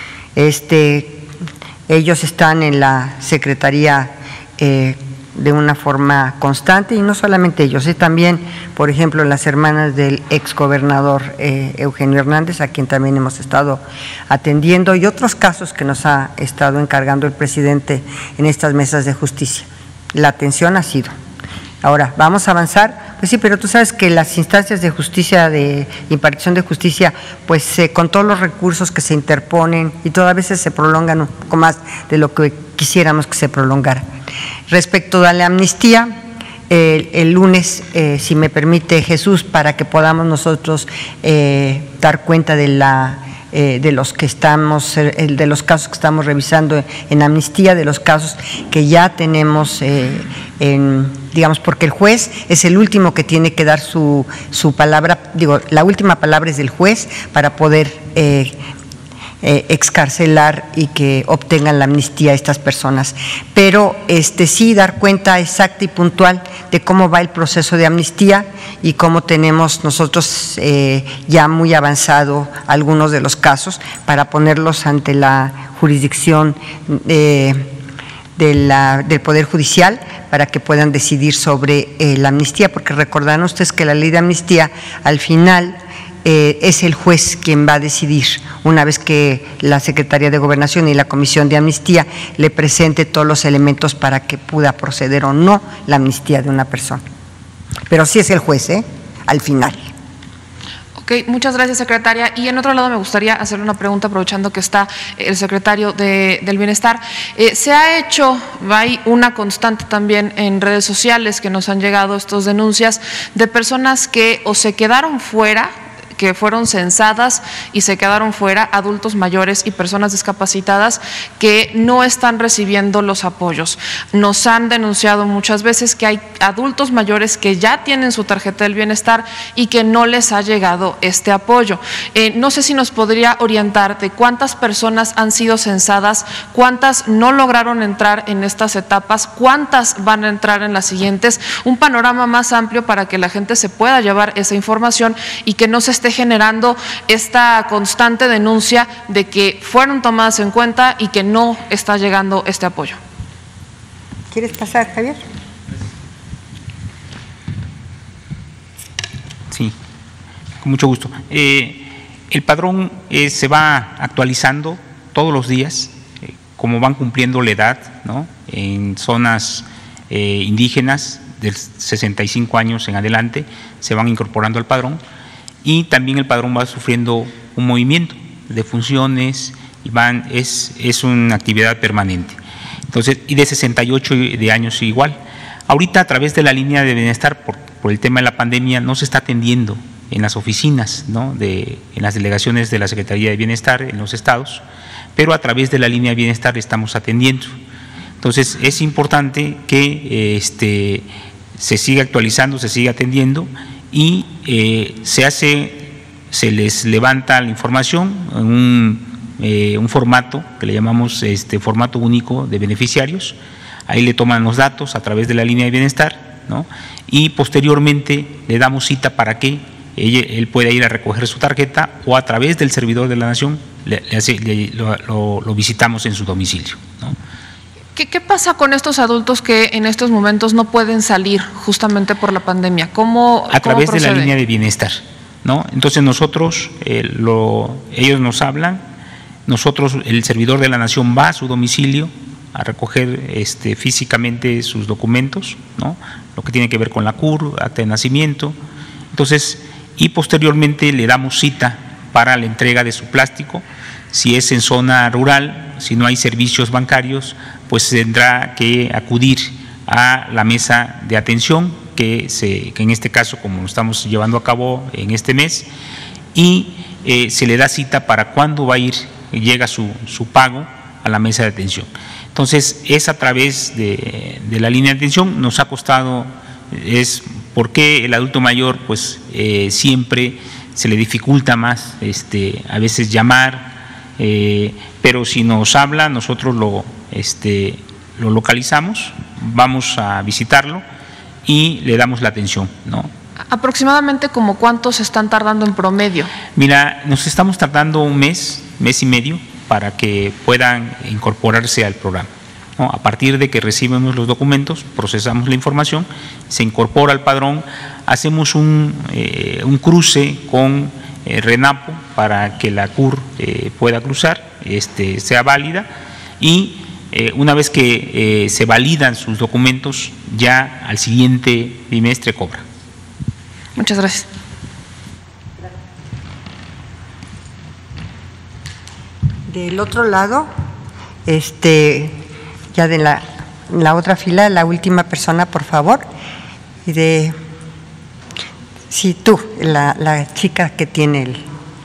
Este, ellos están en la Secretaría eh, de una forma constante, y no solamente ellos, eh, también, por ejemplo, las hermanas del exgobernador eh, Eugenio Hernández, a quien también hemos estado atendiendo, y otros casos que nos ha estado encargando el presidente en estas mesas de justicia. La atención ha sido. Ahora, ¿vamos a avanzar? Pues sí, pero tú sabes que las instancias de justicia, de impartición de justicia, pues eh, con todos los recursos que se interponen y todas veces se prolongan un poco más de lo que quisiéramos que se prolongara. Respecto a la amnistía, el, el lunes, eh, si me permite Jesús, para que podamos nosotros eh, dar cuenta de la eh, de los que estamos, eh, de los casos que estamos revisando en amnistía, de los casos que ya tenemos eh, en, digamos, porque el juez es el último que tiene que dar su, su palabra, digo, la última palabra es del juez para poder eh, Eh, excarcelar y que obtengan la amnistía a estas personas. Pero este sí dar cuenta exacta y puntual de cómo va el proceso de amnistía y cómo tenemos nosotros eh, ya muy avanzado algunos de los casos para ponerlos ante la jurisdicción eh, de la, del Poder Judicial para que puedan decidir sobre eh, la amnistía, porque recordarán ustedes que la ley de amnistía al final Eh, es el juez quien va a decidir, una vez que la Secretaría de Gobernación y la Comisión de Amnistía le presente todos los elementos para que pueda proceder o no la amnistía de una persona. Pero sí es el juez, ¿eh? Al final. Ok, muchas gracias, secretaria. Y en otro lado me gustaría hacerle una pregunta, aprovechando que está el secretario de, del Bienestar. Eh, se ha hecho, hay una constante también en redes sociales que nos han llegado estas denuncias de personas que o se quedaron fuera, que fueron censadas y se quedaron fuera, adultos mayores y personas discapacitadas que no están recibiendo los apoyos. Nos han denunciado muchas veces que hay adultos mayores que ya tienen su tarjeta del bienestar y que no les ha llegado este apoyo. Eh, no sé si nos podría orientar de cuántas personas han sido censadas, cuántas no lograron entrar en estas etapas, cuántas van a entrar en las siguientes, un panorama más amplio para que la gente se pueda llevar esa información y que no se esté generando esta constante denuncia de que fueron tomadas en cuenta y que no está llegando este apoyo. ¿Quieres pasar, Javier? Sí, con mucho gusto. Eh, el padrón eh, se va actualizando todos los días, eh, como van cumpliendo la edad, ¿no? En zonas eh, indígenas de sesenta y cinco años en adelante se van incorporando al padrón. Y también el padrón va sufriendo un movimiento de funciones y van, es, es una actividad permanente. Entonces, y de sesenta y ocho de años igual. Ahorita a través de la línea de bienestar, por, por el tema de la pandemia, no se está atendiendo en las oficinas, ¿no? de, en las delegaciones de la Secretaría de Bienestar en los estados, pero a través de la línea de bienestar estamos atendiendo. Entonces, es importante que este, se siga actualizando, se siga atendiendo, y eh, se hace, se les levanta la información en un, eh, un formato que le llamamos este formato único de beneficiarios. Ahí le toman los datos a través de la línea de bienestar, ¿no? Y posteriormente le damos cita para que ella, él pueda ir a recoger su tarjeta o a través del servidor de la Nación le, le hace, le, lo, lo, lo visitamos en su domicilio, ¿no? ¿Qué, ¿Qué pasa con estos adultos que en estos momentos no pueden salir justamente por la pandemia? ¿Cómo A través cómo de la línea de bienestar, ¿no? Entonces nosotros, eh, lo, ellos nos hablan, nosotros, el servidor de la Nación va a su domicilio a recoger este, físicamente sus documentos, ¿no? Lo que tiene que ver con la C U R, acta de nacimiento. Entonces, y posteriormente le damos cita para la entrega de su plástico. Si es en zona rural, si no hay servicios bancarios, pues tendrá que acudir a la mesa de atención, que, se, que en este caso, como lo estamos llevando a cabo en este mes, y eh, se le da cita para cuándo va a ir, llega su, su pago a la mesa de atención. Entonces, es a través de, de la línea de atención, nos ha costado, es porque el adulto mayor, pues eh, siempre se le dificulta más este, a veces llamar, eh, pero si nos habla, nosotros lo, este, lo localizamos, vamos a visitarlo y le damos la atención, ¿no? ¿Aproximadamente como cuántos están tardando en promedio? Mira, nos estamos tardando un mes, mes y medio para que puedan incorporarse al programa, ¿no? A partir de que recibimos los documentos, procesamos la información, se incorpora al padrón, hacemos un, eh, un cruce con eh, RENAPO para que la C U R eh, pueda cruzar, este, sea válida, y eh, una vez que eh, se validan sus documentos, ya al siguiente bimestre cobra. Muchas gracias. Del otro lado, este, ya de la, la otra fila, la última persona, por favor. Y de, sí, tú, la, la chica que tiene el.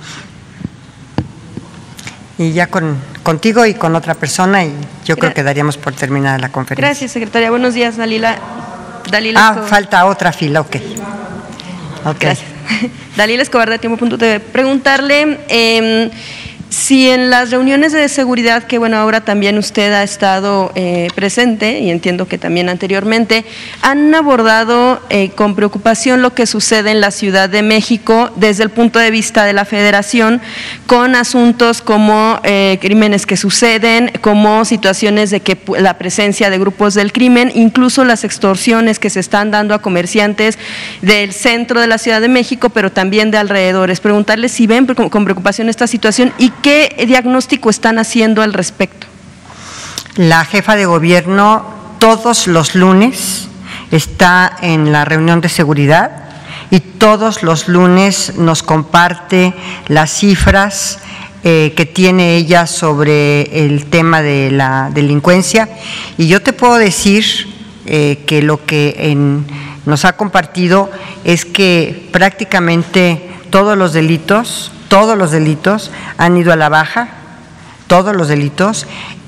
Y ya con, contigo y con otra persona, y yo creo que daríamos por terminada la conferencia. Gracias, secretaria. Buenos días, Dalila. Dalila ah, Escobar. falta otra fila, ok. okay. Gracias. Dalila Escobar de Tiempo punto T V. Preguntarle eh, si en las reuniones de seguridad, que bueno, ahora también usted ha estado eh, presente, y entiendo que también anteriormente, han abordado eh, con preocupación lo que sucede en la Ciudad de México desde el punto de vista de la Federación, con asuntos como eh, crímenes que suceden, como situaciones de que la presencia de grupos del crimen, incluso las extorsiones que se están dando a comerciantes del centro de la Ciudad de México, pero también de alrededores. Preguntarle si ven con preocupación esta situación y ¿qué diagnóstico están haciendo al respecto? La jefa de gobierno todos los lunes está en la reunión de seguridad y todos los lunes nos comparte las cifras eh, que tiene ella sobre el tema de la delincuencia, y yo te puedo decir eh, que lo que en, nos ha compartido es que prácticamente todos los delitos Todos los delitos han ido a la baja, todos los delitos,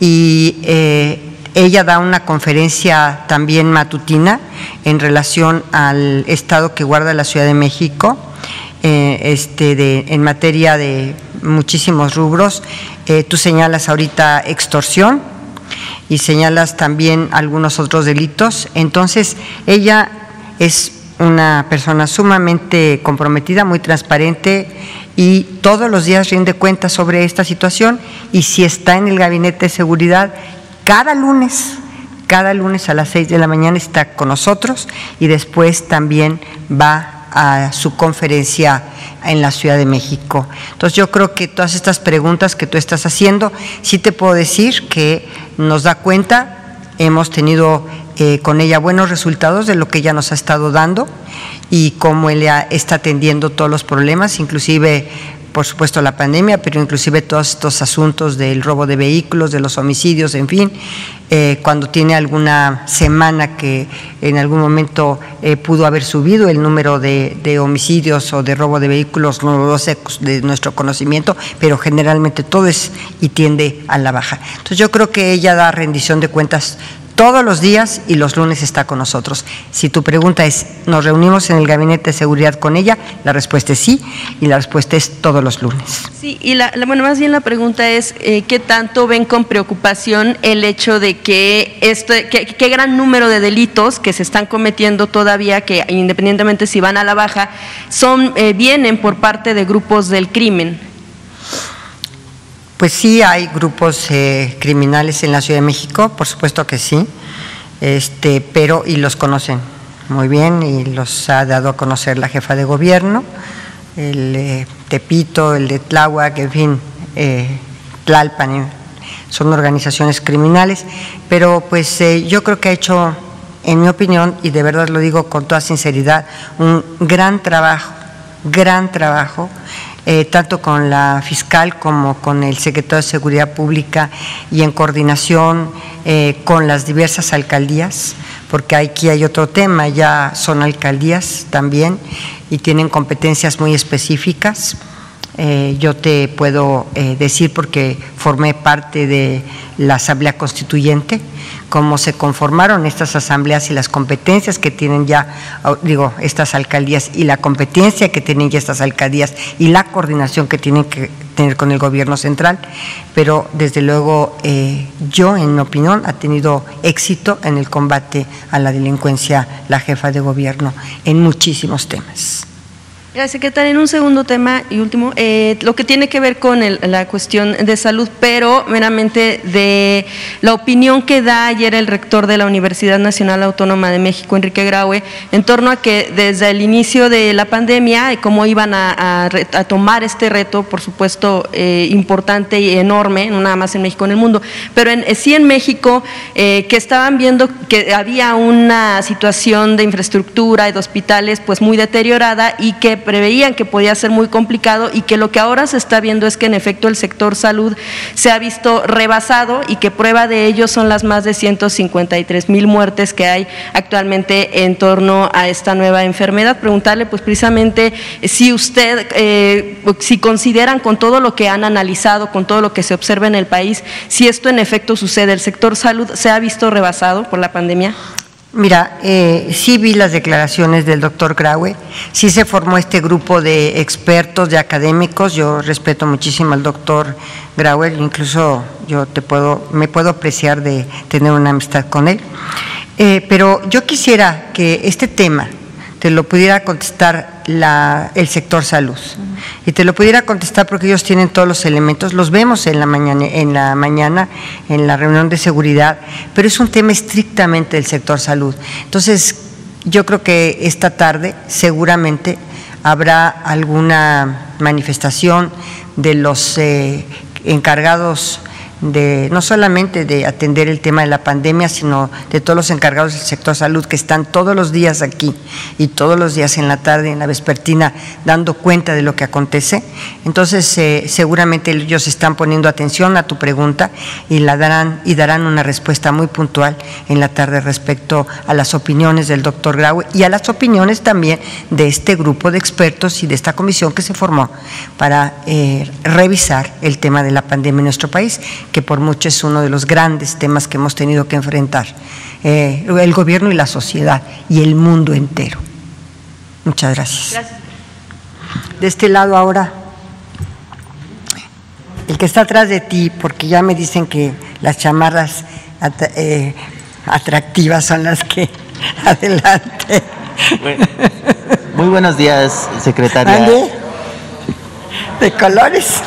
y eh, ella da una conferencia también matutina en relación al estado que guarda la Ciudad de México, eh, este de, en materia de muchísimos rubros. Eh, tú señalas ahorita extorsión y señalas también algunos otros delitos. Entonces, ella es una persona sumamente comprometida, muy transparente, y todos los días rinde cuentas sobre esta situación, y si está en el gabinete de seguridad, cada lunes, cada lunes a las seis de la mañana está con nosotros, y después también va a su conferencia en la Ciudad de México. Entonces yo creo que todas estas preguntas que tú estás haciendo, sí te puedo decir que nos da cuenta, hemos tenido eh, con ella buenos resultados de lo que ella nos ha estado dando, y cómo ella está atendiendo todos los problemas, inclusive, por supuesto, la pandemia, pero inclusive todos estos asuntos del robo de vehículos, de los homicidios, en fin, eh, cuando tiene alguna semana que en algún momento eh, pudo haber subido el número de, de homicidios o de robo de vehículos, no lo sé de nuestro conocimiento, pero generalmente todo es y tiende a la baja. Entonces yo creo que ella da rendición de cuentas todos los días, y los lunes está con nosotros. Si tu pregunta es, ¿nos reunimos en el gabinete de seguridad con ella? La respuesta es sí, y la respuesta es todos los lunes. Sí, y la, la, bueno, más bien la pregunta es, eh, ¿qué tanto ven con preocupación el hecho de que este, que, qué gran número de delitos que se están cometiendo todavía, que independientemente si van a la baja, son eh, vienen por parte de grupos del crimen? Pues sí, hay grupos eh, criminales en la Ciudad de México, por supuesto que sí, este, pero y los conocen muy bien, y los ha dado a conocer la jefa de gobierno, el eh, Tepito, el de Tláhuac, en fin, eh, Tlalpan, eh, son organizaciones criminales, pero pues eh, yo creo que ha hecho, en mi opinión, y de verdad lo digo con toda sinceridad, un gran trabajo, gran trabajo, Eh, tanto con la fiscal como con el secretario de Seguridad Pública, y en coordinación eh, con las diversas alcaldías, porque aquí hay otro tema, ya son alcaldías también y tienen competencias muy específicas. Eh, yo te puedo eh, decir, porque formé parte de la Asamblea Constituyente, cómo se conformaron estas asambleas y las competencias que tienen ya, digo, estas alcaldías, y la competencia que tienen ya estas alcaldías y la coordinación que tienen que tener con el gobierno central, pero desde luego eh, yo, en mi opinión, ha tenido éxito en el combate a la delincuencia la jefa de gobierno en muchísimos temas. Gracias, secretaria. En un segundo tema y último, eh, lo que tiene que ver con el, la cuestión de salud, pero meramente de la opinión que da ayer el rector de la Universidad Nacional Autónoma de México, Enrique Graue, en torno a que desde el inicio de la pandemia, cómo iban a, a, a tomar este reto, por supuesto, eh, importante y enorme, no nada más en México, en el mundo, pero en, sí en México, eh, que estaban viendo que había una situación de infraestructura y de hospitales pues muy deteriorada y que preveían que podía ser muy complicado y que lo que ahora se está viendo es que en efecto el sector salud se ha visto rebasado y que prueba de ello son las más de ciento cincuenta y tres mil muertes que hay actualmente en torno a esta nueva enfermedad. Preguntarle pues precisamente si usted, eh, si consideran con todo lo que han analizado, con todo lo que se observa en el país, si esto en efecto sucede, ¿el sector salud se ha visto rebasado por la pandemia? Mira, eh, sí vi las declaraciones del doctor Graue, sí se formó este grupo de expertos, de académicos. Yo respeto muchísimo al doctor Graue, incluso yo te puedo, me puedo apreciar de tener una amistad con él. Eh, pero yo quisiera que este tema te lo pudiera contestar la, el sector salud, y te lo pudiera contestar porque ellos tienen todos los elementos, los vemos en la mañana, en la mañana, en la reunión de seguridad, pero es un tema estrictamente del sector salud. Entonces, yo creo que esta tarde seguramente habrá alguna manifestación de los eh, encargados de no solamente de atender el tema de la pandemia, sino de todos los encargados del sector salud que están todos los días aquí y todos los días en la tarde, en la vespertina, dando cuenta de lo que acontece. Entonces, eh, seguramente ellos están poniendo atención a tu pregunta y la darán y darán una respuesta muy puntual en la tarde respecto a las opiniones del doctor Graue y a las opiniones también de este grupo de expertos y de esta comisión que se formó para eh, revisar el tema de la pandemia en nuestro país, que por mucho es uno de los grandes temas que hemos tenido que enfrentar, eh, el gobierno y la sociedad y el mundo entero. Muchas gracias. Gracias. De este lado ahora, el que está atrás de ti, porque ya me dicen que las chamarras at eh, atractivas son las que… Adelante. Bueno, muy buenos días, secretaria. ¿Ande? De colores.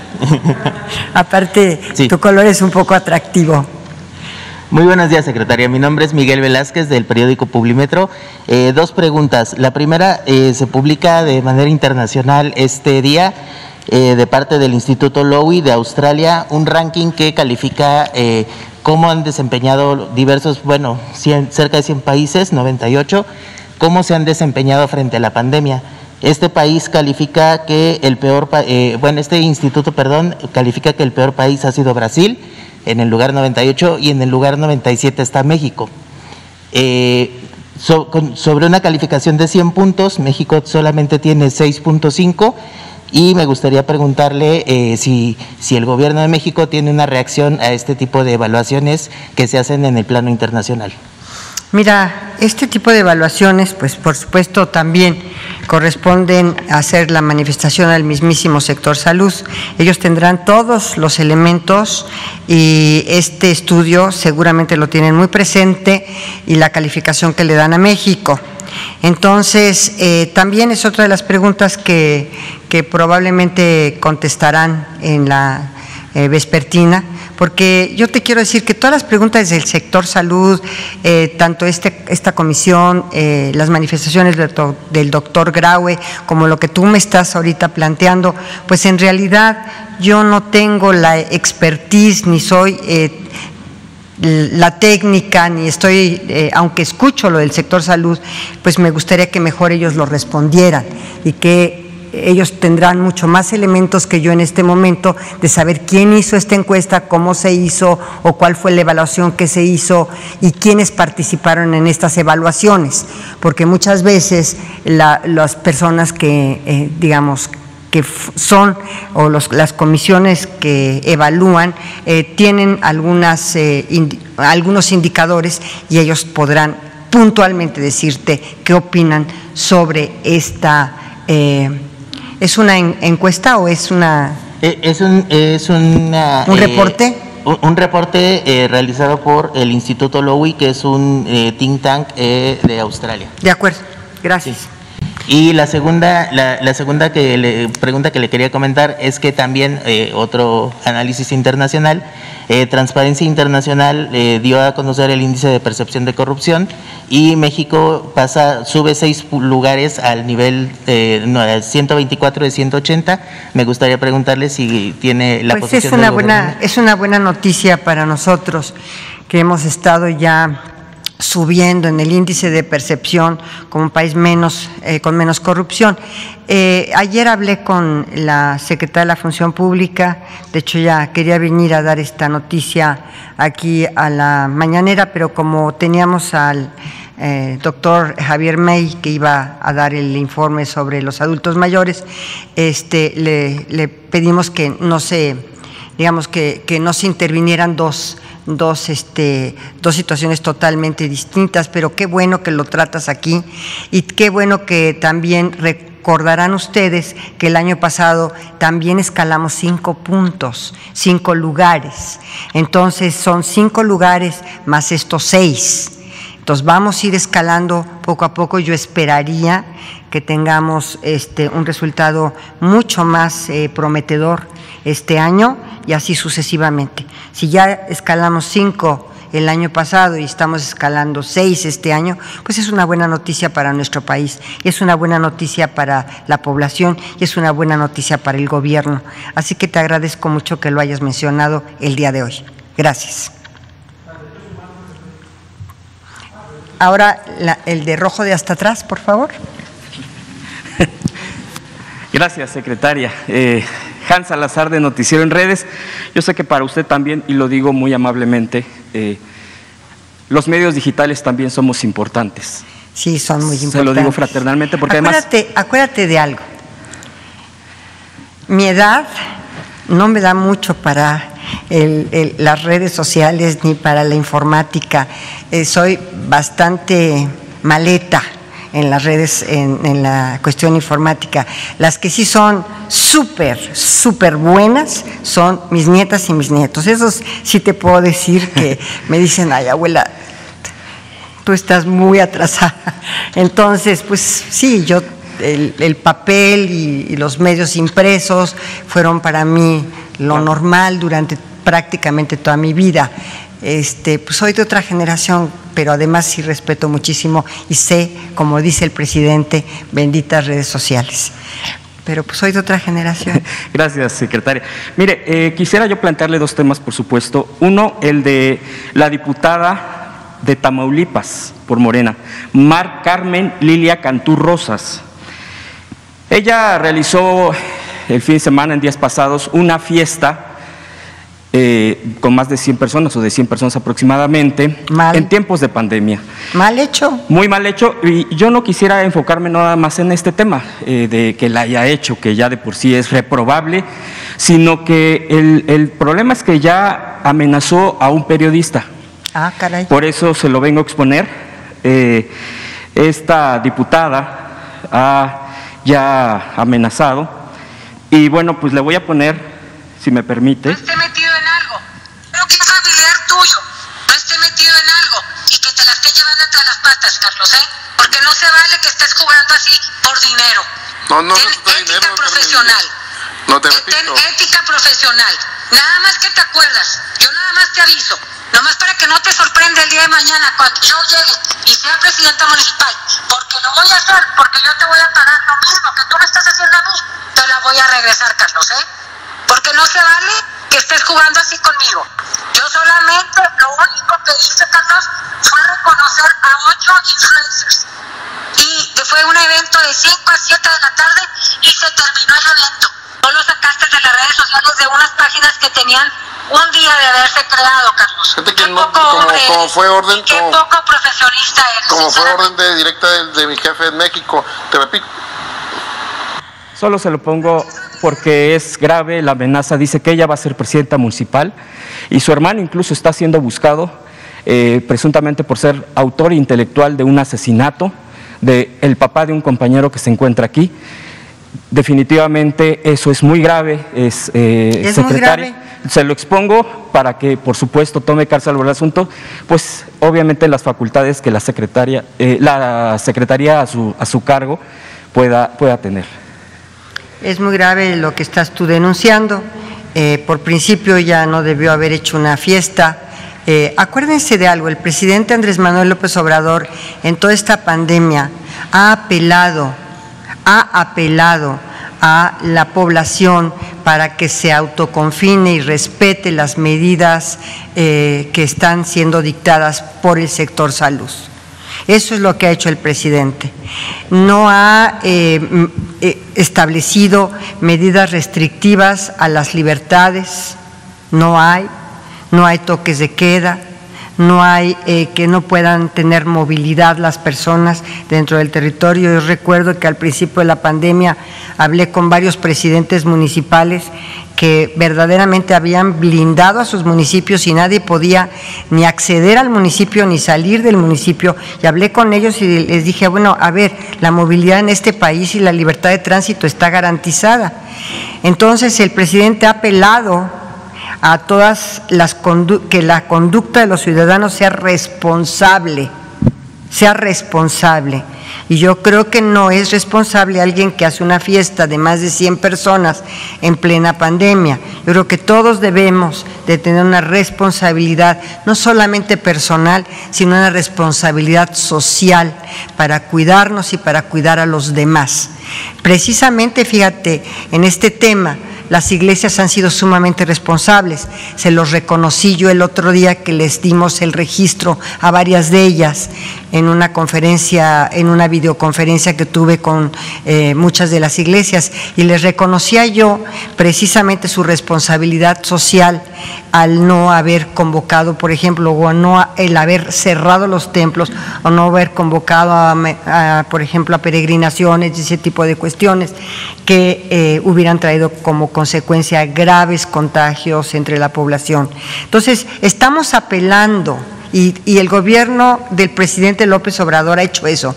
Aparte, sí, tu color es un poco atractivo. Muy buenos días, secretaria. Mi nombre es Miguel Velázquez, del periódico Publimetro. Eh, dos preguntas. La primera, eh, se publica de manera internacional este día, eh, de parte del Instituto Lowy de Australia, un ranking que califica eh, cómo han desempeñado diversos, bueno, cien, cerca de cien países, noventa y ocho, cómo se han desempeñado frente a la pandemia. Este país califica que el peor, eh, bueno, este instituto, perdón, califica que el peor país ha sido Brasil, en el lugar noventa y ocho, y en el lugar noventa y siete está México. Eh, so, con, sobre una calificación de cien puntos, México solamente tiene seis punto cinco, y me gustaría preguntarle eh, si, si el gobierno de México tiene una reacción a este tipo de evaluaciones que se hacen en el plano internacional. Mira, este tipo de evaluaciones, pues por supuesto también corresponden a hacer la manifestación al mismísimo sector salud. Ellos tendrán todos los elementos y este estudio seguramente lo tienen muy presente y la calificación que le dan a México. Entonces, eh, también es otra de las preguntas que, que probablemente contestarán en la eh, vespertina, porque yo te quiero decir que todas las preguntas del sector salud, eh, tanto este, esta comisión, eh, las manifestaciones del, del doctor Graue, como lo que tú me estás ahorita planteando, pues en realidad yo no tengo la expertise ni soy… Eh, la técnica, ni estoy, eh, aunque escucho lo del sector salud, pues me gustaría que mejor ellos lo respondieran y que ellos tendrán mucho más elementos que yo en este momento de saber quién hizo esta encuesta, cómo se hizo o cuál fue la evaluación que se hizo y quiénes participaron en estas evaluaciones, porque muchas veces la, las personas que, eh, digamos, que son, o los, las comisiones que evalúan, eh, tienen algunas, eh, indi, algunos indicadores y ellos podrán puntualmente decirte qué opinan sobre esta… Eh, ¿Es una en, encuesta o es una… Eh, es un, es una, ¿Un eh, reporte? Un, un reporte eh, realizado por el Instituto Lowy, que es un eh, think tank eh, de Australia. De acuerdo, gracias. Sí. Y la segunda, la, la segunda que le, pregunta que le quería comentar es que también eh, otro análisis internacional, eh, Transparencia Internacional eh, dio a conocer el índice de percepción de corrupción y México pasa, sube seis lugares al nivel eh, no, ciento veinticuatro de ciento ochenta. Me gustaría preguntarle si tiene la pues posición es una del buena, gobierno. es una buena noticia para nosotros que hemos estado ya subiendo en el índice de percepción como un país menos eh, con menos corrupción. Eh, ayer hablé con la secretaria de la Función Pública, de hecho ya quería venir a dar esta noticia aquí a la mañanera, pero como teníamos al eh, doctor Javier May que iba a dar el informe sobre los adultos mayores, este, le, le pedimos que no se, digamos que, que no se intervinieran dos Dos, este, dos situaciones totalmente distintas, pero qué bueno que lo tratas aquí y qué bueno que también recordarán ustedes que el año pasado también escalamos cinco puntos, cinco lugares. Entonces son cinco lugares más estos seis. Entonces vamos a ir escalando poco a poco. Yo esperaría que tengamos este, un resultado mucho más eh, prometedor este año y así sucesivamente. Si ya escalamos cinco el año pasado y estamos escalando seis este año, pues es una buena noticia para nuestro país, es una buena noticia para la población y es una buena noticia para el gobierno. Así que te agradezco mucho que lo hayas mencionado el día de hoy. Gracias. Ahora la, el de rojo de hasta atrás, por favor. Gracias, secretaria. Eh, Hans Salazar, de Noticiero en Redes. Yo sé que para usted también, y lo digo muy amablemente, eh, los medios digitales también somos importantes. Sí, son muy importantes. Se lo digo fraternalmente porque acuérdate, además… Acuérdate de algo. Mi edad no me da mucho para el, el, las redes sociales ni para la informática. Eh, soy bastante maleta en las redes, en, en la cuestión informática. Las que sí son súper, súper buenas son mis nietas y mis nietos. Esos sí te puedo decir que me dicen, ay, abuela, tú estás muy atrasada. Entonces, pues sí, yo, el, el papel y, y los medios impresos fueron para mí lo normal durante prácticamente toda mi vida. Este, pues soy de otra generación, pero además sí respeto muchísimo y sé, como dice el presidente, benditas redes sociales. Pero pues soy de otra generación. Gracias, secretaria. Mire, eh, quisiera yo plantearle dos temas, por supuesto. Uno, el de la diputada de Tamaulipas, por Morena, Mar Carmen Lilia Cantú Rosas. Ella realizó el fin de semana, en días pasados, una fiesta Eh, con más de cien personas o de cien personas aproximadamente, mal. En tiempos de pandemia. Mal hecho. Muy mal hecho, y yo no quisiera enfocarme nada más en este tema, eh, de que la haya hecho, que ya de por sí es reprobable, sino que el, el problema es que ya amenazó a un periodista. Ah, caray. Por eso se lo vengo a exponer. Eh, esta diputada ha ya amenazado, y bueno, pues le voy a poner, si me permite… No esté metido en algo, creo que un familiar tuyo no esté metido en algo y que te la esté llevando entre las patas, Carlos, ¿eh? Porque no se vale que estés jugando así por dinero. No, no, Ten no ética dinero, profesional. No te Ten repito. ética profesional. Nada más que te acuerdas, yo nada más te aviso, nomás para que no te sorprenda el día de mañana cuando yo llegue y sea presidenta municipal, porque lo voy a hacer, porque yo te voy a pagar lo mismo que tú me estás haciendo a mí, te la voy a regresar, Carlos, ¿eh? Porque no se vale que estés jugando así conmigo. Yo solamente lo único que hice, Carlos, fue reconocer a ocho influencers. Y fue un evento de cinco a siete de la tarde y se terminó el evento. No lo sacaste de las redes sociales de unas páginas que tenían un día de haberse creado, Carlos. Fíjate que Qué no, poco como, hombre como eres. fue orden, Qué como, poco profesionista eres. como fue sinceramente. orden de directa de, de mi jefe en México, te repito. Solo se lo pongo porque es grave la amenaza. Dice que ella va a ser presidenta municipal y su hermano incluso está siendo buscado eh, presuntamente por ser autor intelectual de un asesinato del papá de un compañero que se encuentra aquí. definitivamente eso es muy grave, es, eh, ¿Es secretaria. muy grave? Se lo expongo para que, por supuesto, tome carta sobre el asunto, pues obviamente las facultades que la secretaria, eh, la secretaría a su, a su cargo pueda, pueda tener. Es muy grave lo que estás tú denunciando. Eh, por principio ya no debió haber hecho una fiesta. Eh, acuérdense de algo, el presidente Andrés Manuel López Obrador en toda esta pandemia ha apelado, ha apelado a la población para que se autoconfine y respete las medidas eh, que están siendo dictadas por el sector salud. Eso es lo que ha hecho el presidente. No ha eh, eh, establecido medidas restrictivas a las libertades, no hay, no hay toques de queda, no hay eh, que no puedan tener movilidad las personas dentro del territorio. Yo recuerdo que al principio de la pandemia hablé con varios presidentes municipales que verdaderamente habían blindado a sus municipios y nadie podía ni acceder al municipio ni salir del municipio, y hablé con ellos y les dije, bueno, a ver, la movilidad en este país y la libertad de tránsito está garantizada. Entonces el presidente ha apelado a todas las condu- que la conducta de los ciudadanos sea responsable, sea responsable. Y yo creo que no es responsable alguien que hace una fiesta de más de cien personas en plena pandemia. Yo creo que todos debemos de tener una responsabilidad, no solamente personal, sino una responsabilidad social para cuidarnos y para cuidar a los demás. Precisamente, fíjate, en este tema, las iglesias han sido sumamente responsables. Se los reconocí yo el otro día que les dimos el registro a varias de ellas en una conferencia, en una videoconferencia que tuve con eh, muchas de las iglesias, y les reconocía yo precisamente su responsabilidad social al no haber convocado, por ejemplo, o no el haber cerrado los templos, o no haber convocado, a, a, por ejemplo, a peregrinaciones y ese tipo de cuestiones que eh, hubieran traído como consecuencia graves contagios entre la población. Entonces, estamos apelando, y, y el gobierno del presidente López Obrador ha hecho eso,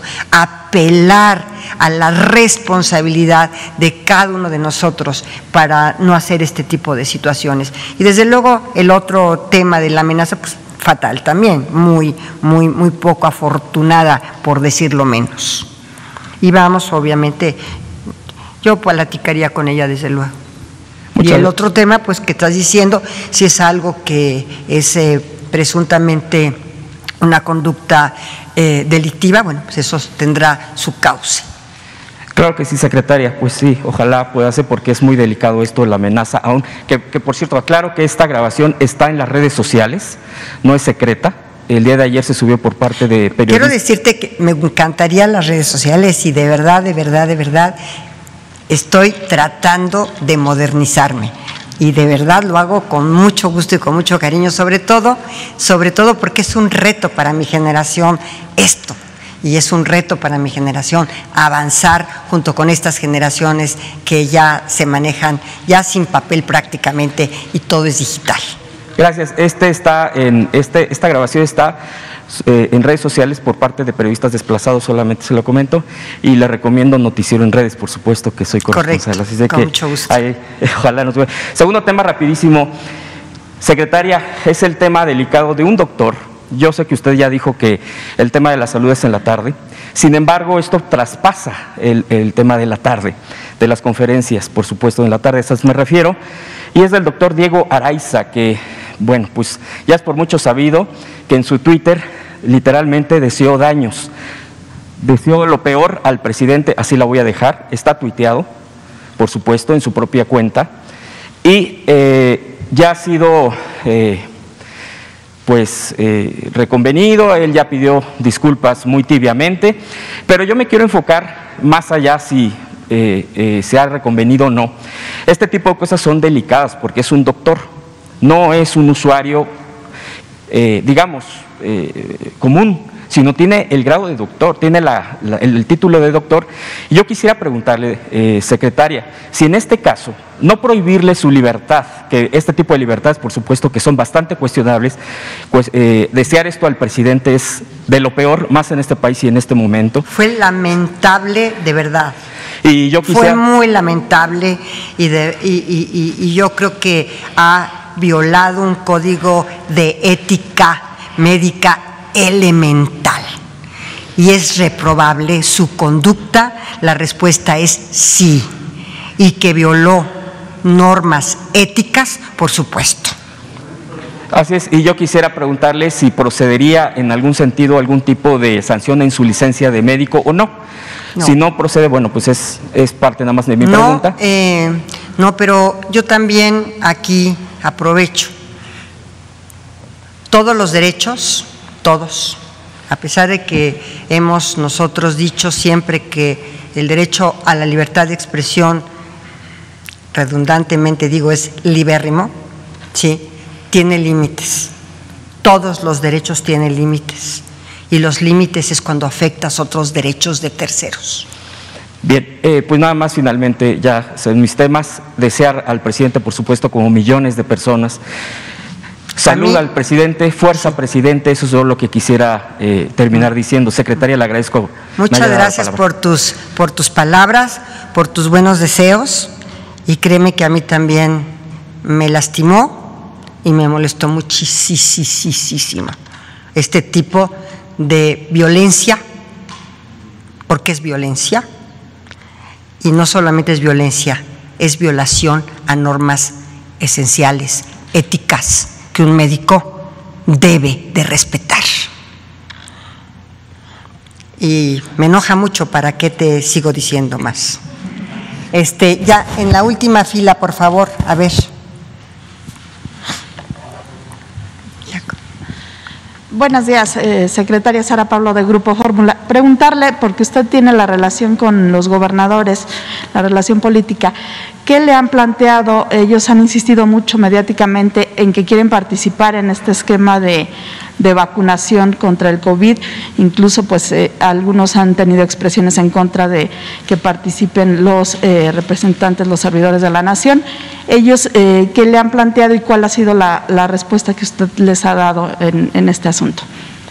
apelar a la responsabilidad de cada uno de nosotros para no hacer este tipo de situaciones. Y desde luego el otro tema de la amenaza, pues fatal también, muy, muy, muy poco afortunada, por decirlo menos. Y vamos, obviamente, yo platicaría con ella desde luego. Muchas y el otro tema, pues, que estás diciendo, si es algo que es eh, presuntamente una conducta eh, delictiva, bueno, pues eso tendrá su cauce. Claro que sí, secretaria, pues sí, ojalá pueda ser, porque es muy delicado esto de la amenaza, aún que, que por cierto, aclaro que esta grabación está en las redes sociales, no es secreta. El día de ayer se subió por parte de periodistas. Quiero decirte que me encantaría las redes sociales y de verdad, de verdad, de verdad, estoy tratando de modernizarme. Y de verdad lo hago con mucho gusto y con mucho cariño, sobre todo, sobre todo porque es un reto para mi generación esto, y es un reto para mi generación avanzar junto con estas generaciones que ya se manejan ya sin papel prácticamente y todo es digital. Gracias. Este está en este esta grabación está Eh, en redes sociales por parte de periodistas desplazados, solamente se lo comento, y le recomiendo Noticiero en Redes, por supuesto que soy corresponsal. Correcto, así de con que, mucho gusto. Ahí, ojalá nos vea. Segundo tema rapidísimo, secretaria, es el tema delicado de un doctor. Yo sé que usted ya dijo que el tema de la salud es en la tarde, sin embargo esto traspasa el, el tema de la tarde, de las conferencias, por supuesto, en la tarde, a esas me refiero, y es del doctor Diego Araiza, que, bueno, pues ya es por mucho sabido que en su Twitter literalmente deseó daños, deseó lo peor al presidente, así la voy a dejar, está tuiteado, por supuesto, en su propia cuenta, y eh, ya ha sido eh, pues eh, reconvenido, él ya pidió disculpas muy tibiamente, pero yo me quiero enfocar más allá si eh, eh, se ha reconvenido o no. Este tipo de cosas son delicadas porque es un doctor, no es un usuario, eh, digamos, eh, común, sino tiene el grado de doctor, tiene la, la, el, el título de doctor. Y yo quisiera preguntarle, eh, secretaria, si en este caso no prohibirle su libertad, que este tipo de libertades, por supuesto, que son bastante cuestionables, pues eh, desear esto al presidente es de lo peor, más en este país y en este momento. Fue lamentable, de verdad. Y yo quisiera... Fue muy lamentable y, de, y, y, y, y yo creo que ha violado un código de ética médica elemental y es reprobable su conducta. La respuesta es sí, y que violó normas éticas, por supuesto. Así es, y yo quisiera preguntarle si procedería en algún sentido algún tipo de sanción en su licencia de médico o no. No. Si no procede, bueno, pues es, es parte nada más de mi no, pregunta. Eh, no, pero yo también aquí aprovecho. Todos los derechos, todos, a pesar de que hemos nosotros dicho siempre que el derecho a la libertad de expresión, redundantemente digo, es libérrimo, ¿sí?, tiene límites. Todos los derechos tienen límites. Y los límites es cuando afectas otros derechos de terceros. Bien, eh, pues nada más finalmente, ya son mis temas, desear al presidente, por supuesto, como millones de personas. Salud al presidente, fuerza presidente, eso es todo lo que quisiera eh, terminar diciendo. Secretaria, le agradezco. Muchas gracias por tus, por tus palabras, por tus buenos deseos, y créeme que a mí también me lastimó y me molestó muchísimo este tipo de violencia, porque es violencia, y no solamente es violencia, es violación a normas esenciales, éticas, que un médico debe de respetar. Y me enoja mucho, ¿para qué te sigo diciendo más? Este, ya en la última fila, por favor, a ver. Buenos días, eh, secretaria Sara Pablo de Grupo Fórmula. Preguntarle, porque usted tiene la relación con los gobernadores, la relación política, ¿qué le han planteado? Ellos han insistido mucho mediáticamente en que quieren participar en este esquema de, de vacunación contra el COVID. Incluso, pues, eh, algunos han tenido expresiones en contra de que participen los eh, representantes, los servidores de la nación. Ellos, eh, ¿qué le han planteado y cuál ha sido la, la respuesta que usted les ha dado en, en este asunto?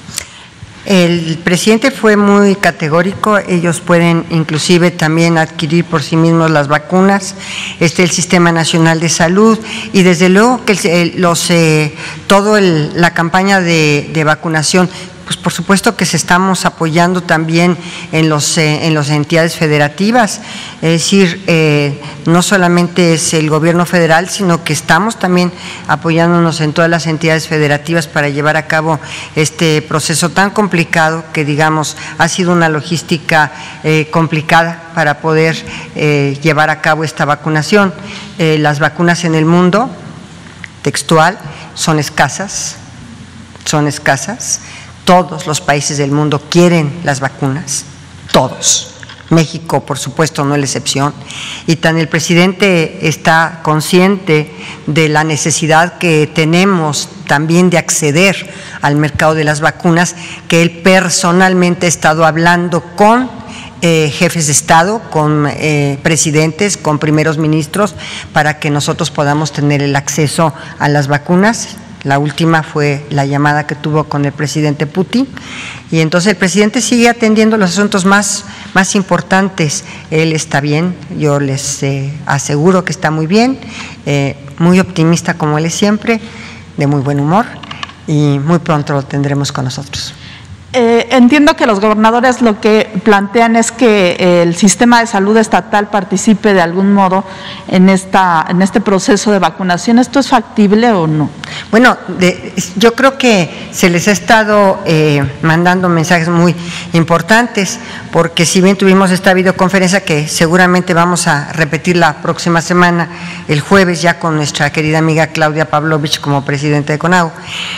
El presidente fue muy categórico. Ellos pueden inclusive también adquirir por sí mismos las vacunas, este el Sistema Nacional de Salud, y desde luego que el, los eh, todo el, la campaña de, de vacunación, pues por supuesto que se estamos apoyando también en los eh, en las entidades federativas, es decir, eh, no solamente es el gobierno federal, sino que estamos también apoyándonos en todas las entidades federativas para llevar a cabo este proceso tan complicado que, digamos, ha sido una logística eh, complicada para poder eh, llevar a cabo esta vacunación. Eh, las vacunas en el mundo, textual, son escasas, son escasas. Todos los países del mundo quieren las vacunas, todos. México, por supuesto, no es la excepción. Y tan el presidente está consciente de la necesidad que tenemos también de acceder al mercado de las vacunas, que él personalmente ha estado hablando con eh, jefes de Estado, con eh, presidentes, con primeros ministros, para que nosotros podamos tener el acceso a las vacunas. La última fue la llamada que tuvo con el presidente Putin, y entonces el presidente sigue atendiendo los asuntos más, más importantes. Él está bien, yo les eh, aseguro que está muy bien, eh, muy optimista como él es siempre, de muy buen humor, y muy pronto lo tendremos con nosotros. Eh, entiendo que los gobernadores lo que plantean es que el sistema de salud estatal participe de algún modo en esta en este proceso de vacunación. ¿Esto es factible o no? Bueno, de, yo creo que se les ha estado eh, mandando mensajes muy importantes, porque si bien tuvimos esta videoconferencia que seguramente vamos a repetir la próxima semana, el jueves, ya con nuestra querida amiga Claudia Pavlovich como presidenta de CONAGO,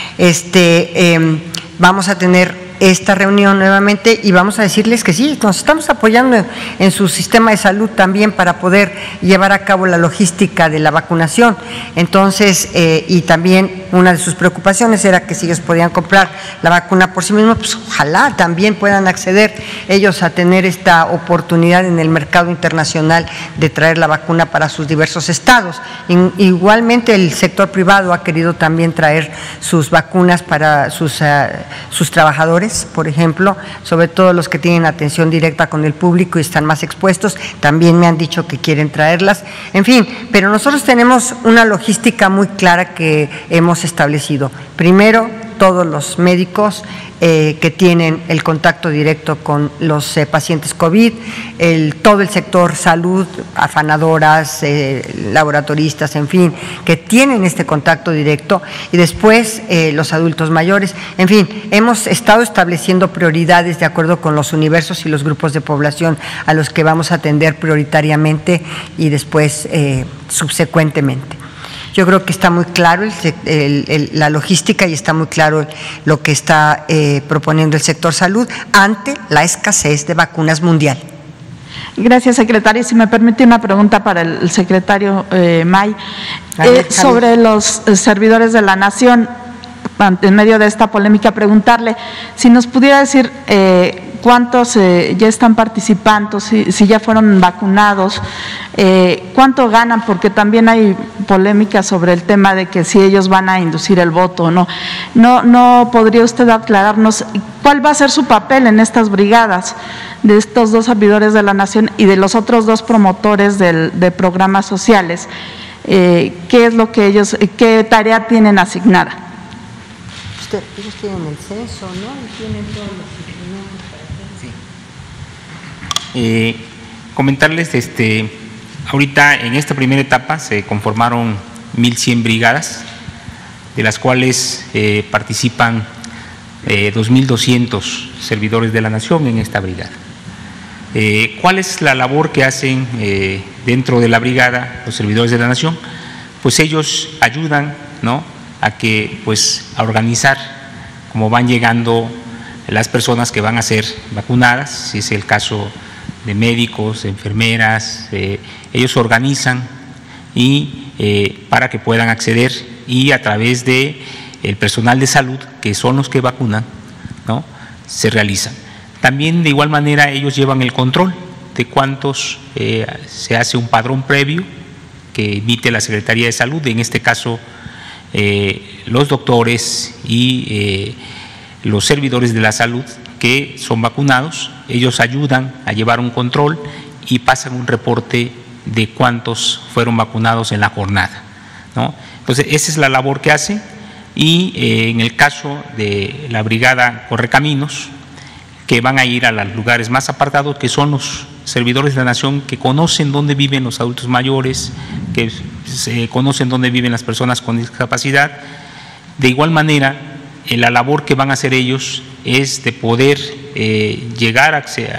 este, eh, vamos a tener esta reunión nuevamente y vamos a decirles que sí, nos estamos apoyando en su sistema de salud también para poder llevar a cabo la logística de la vacunación. Entonces, eh, y también una de sus preocupaciones era que si ellos podían comprar la vacuna por sí mismos, pues ojalá también puedan acceder ellos a tener esta oportunidad en el mercado internacional de traer la vacuna para sus diversos estados. Igualmente el sector privado ha querido también traer sus vacunas para sus, uh, sus trabajadores, mayores, por ejemplo, sobre todo los que tienen atención directa con el público y están más expuestos, también me han dicho que quieren traerlas, en fin, pero nosotros tenemos una logística muy clara que hemos establecido. Primero, todos los médicos eh, que tienen el contacto directo con los eh, pacientes COVID, el, todo el sector salud, afanadoras, eh, laboratoristas, en fin, que tienen este contacto directo, y después eh, los adultos mayores. En fin, hemos estado estableciendo prioridades de acuerdo con los universos y los grupos de población a los que vamos a atender prioritariamente y después eh, subsecuentemente. Yo creo que está muy claro el, el, el, la logística y está muy claro lo que está eh, proponiendo el sector salud ante la escasez de vacunas mundial. Gracias, secretaria. Si me permite una pregunta para el secretario eh, May, eh, sobre los servidores de la Nación, en medio de esta polémica, preguntarle si nos pudiera decir eh, cuántos eh, ya están participando, si, si ya fueron vacunados, eh, cuánto ganan, porque también hay polémica sobre el tema de que si ellos van a inducir el voto o no. No, no podría usted aclararnos cuál va a ser su papel en estas brigadas de estos dos servidores de la Nación y de los otros dos promotores del, de programas sociales. Eh, ¿Qué es lo que ellos, qué tarea tienen asignada? Usted, ellos tienen el censo, ¿no? Y tienen todos los Eh, comentarles, este, ahorita en esta primera etapa se conformaron mil cien brigadas, de las cuales eh, participan eh, dos mil doscientos servidores de la Nación en esta brigada. Eh, ¿Cuál es la labor que hacen eh, dentro de la brigada los servidores de la Nación? Pues ellos ayudan, ¿no?, a que, pues, a organizar cómo van llegando las personas que van a ser vacunadas, si es el caso de médicos, de enfermeras, eh, ellos organizan y eh, para que puedan acceder, y a través de el personal de salud, que son los que vacunan, ¿no?, se realizan. También de igual manera ellos llevan el control de cuántos, eh, se hace un padrón previo que emite la Secretaría de Salud, en este caso eh, los doctores y eh, los servidores de la salud que son vacunados, ellos ayudan a llevar un control y pasan un reporte de cuántos fueron vacunados en la jornada, ¿no? Entonces, esa es la labor que hacen, y eh, en el caso de la brigada Correcaminos, que van a ir a los lugares más apartados, que son los servidores de la Nación que conocen dónde viven los adultos mayores, que se conocen dónde viven las personas con discapacidad. De igual manera, eh, la labor que van a hacer ellos es de poder eh, llegar a,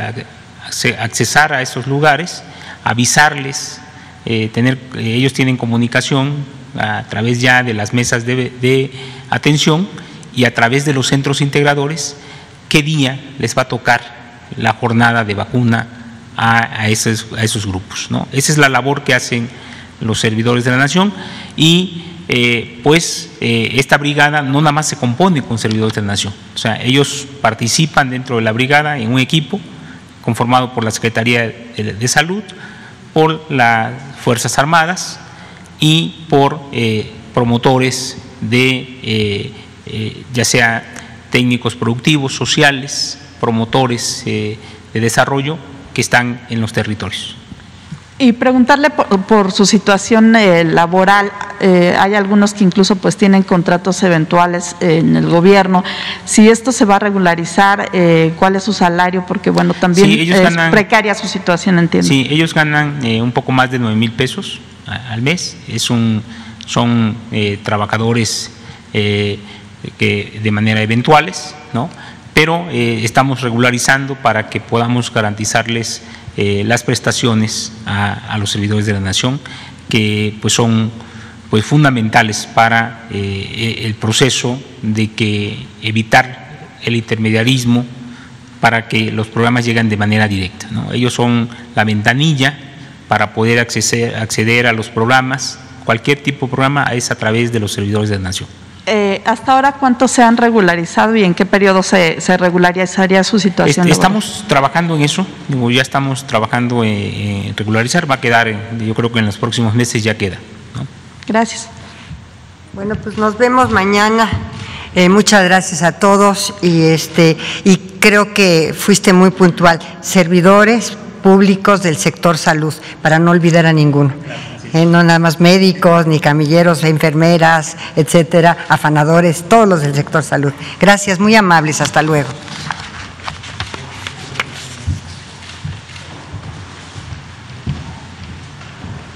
a accesar a esos lugares, avisarles, eh, tener, eh, ellos tienen comunicación a través ya de las mesas de, de atención y a través de los centros integradores, qué día les va a tocar la jornada de vacuna a, a, esos, a esos grupos, ¿no? Esa es la labor que hacen los servidores de la Nación, y Eh, pues eh, esta brigada no nada más se compone con servidores de la Nación, o sea, ellos participan dentro de la brigada en un equipo conformado por la Secretaría de, de Salud, por las Fuerzas Armadas y por eh, promotores de eh, eh, ya sea técnicos productivos, sociales, promotores eh, de desarrollo que están en los territorios. Y preguntarle por, por su situación eh, laboral, eh, hay algunos que incluso pues tienen contratos eventuales eh, en el gobierno, si esto se va a regularizar, eh, cuál es su salario, porque bueno, también sí, es ganan, precaria su situación, entiendo. Sí, ellos ganan eh, un poco más de nueve mil pesos a, al mes, es un, son eh, trabajadores eh, que de manera eventuales, ¿no? Pero eh, estamos regularizando para que podamos garantizarles Eh, las prestaciones a, a los servidores de la Nación, que pues son pues fundamentales para eh, el proceso de que evitar el intermediarismo, para que los programas lleguen de manera directa, ¿no? Ellos son la ventanilla para poder acceder, acceder a los programas, cualquier tipo de programa es a través de los servidores de la Nación. Eh, ¿Hasta ahora cuántos se han regularizado y en qué periodo se, se regularizaría su situación? Este, estamos trabajando en eso, digo, ya estamos trabajando en, en regularizar, va a quedar, yo creo que en los próximos meses ya queda, ¿no? Gracias. Bueno, pues nos vemos mañana. Eh, muchas gracias a todos y este y creo que fuiste muy puntual. Servidores públicos del sector salud, para no olvidar a ninguno. Eh, no nada más médicos, ni camilleros, enfermeras, etcétera, afanadores, todos los del sector salud. Gracias, muy amables, hasta luego.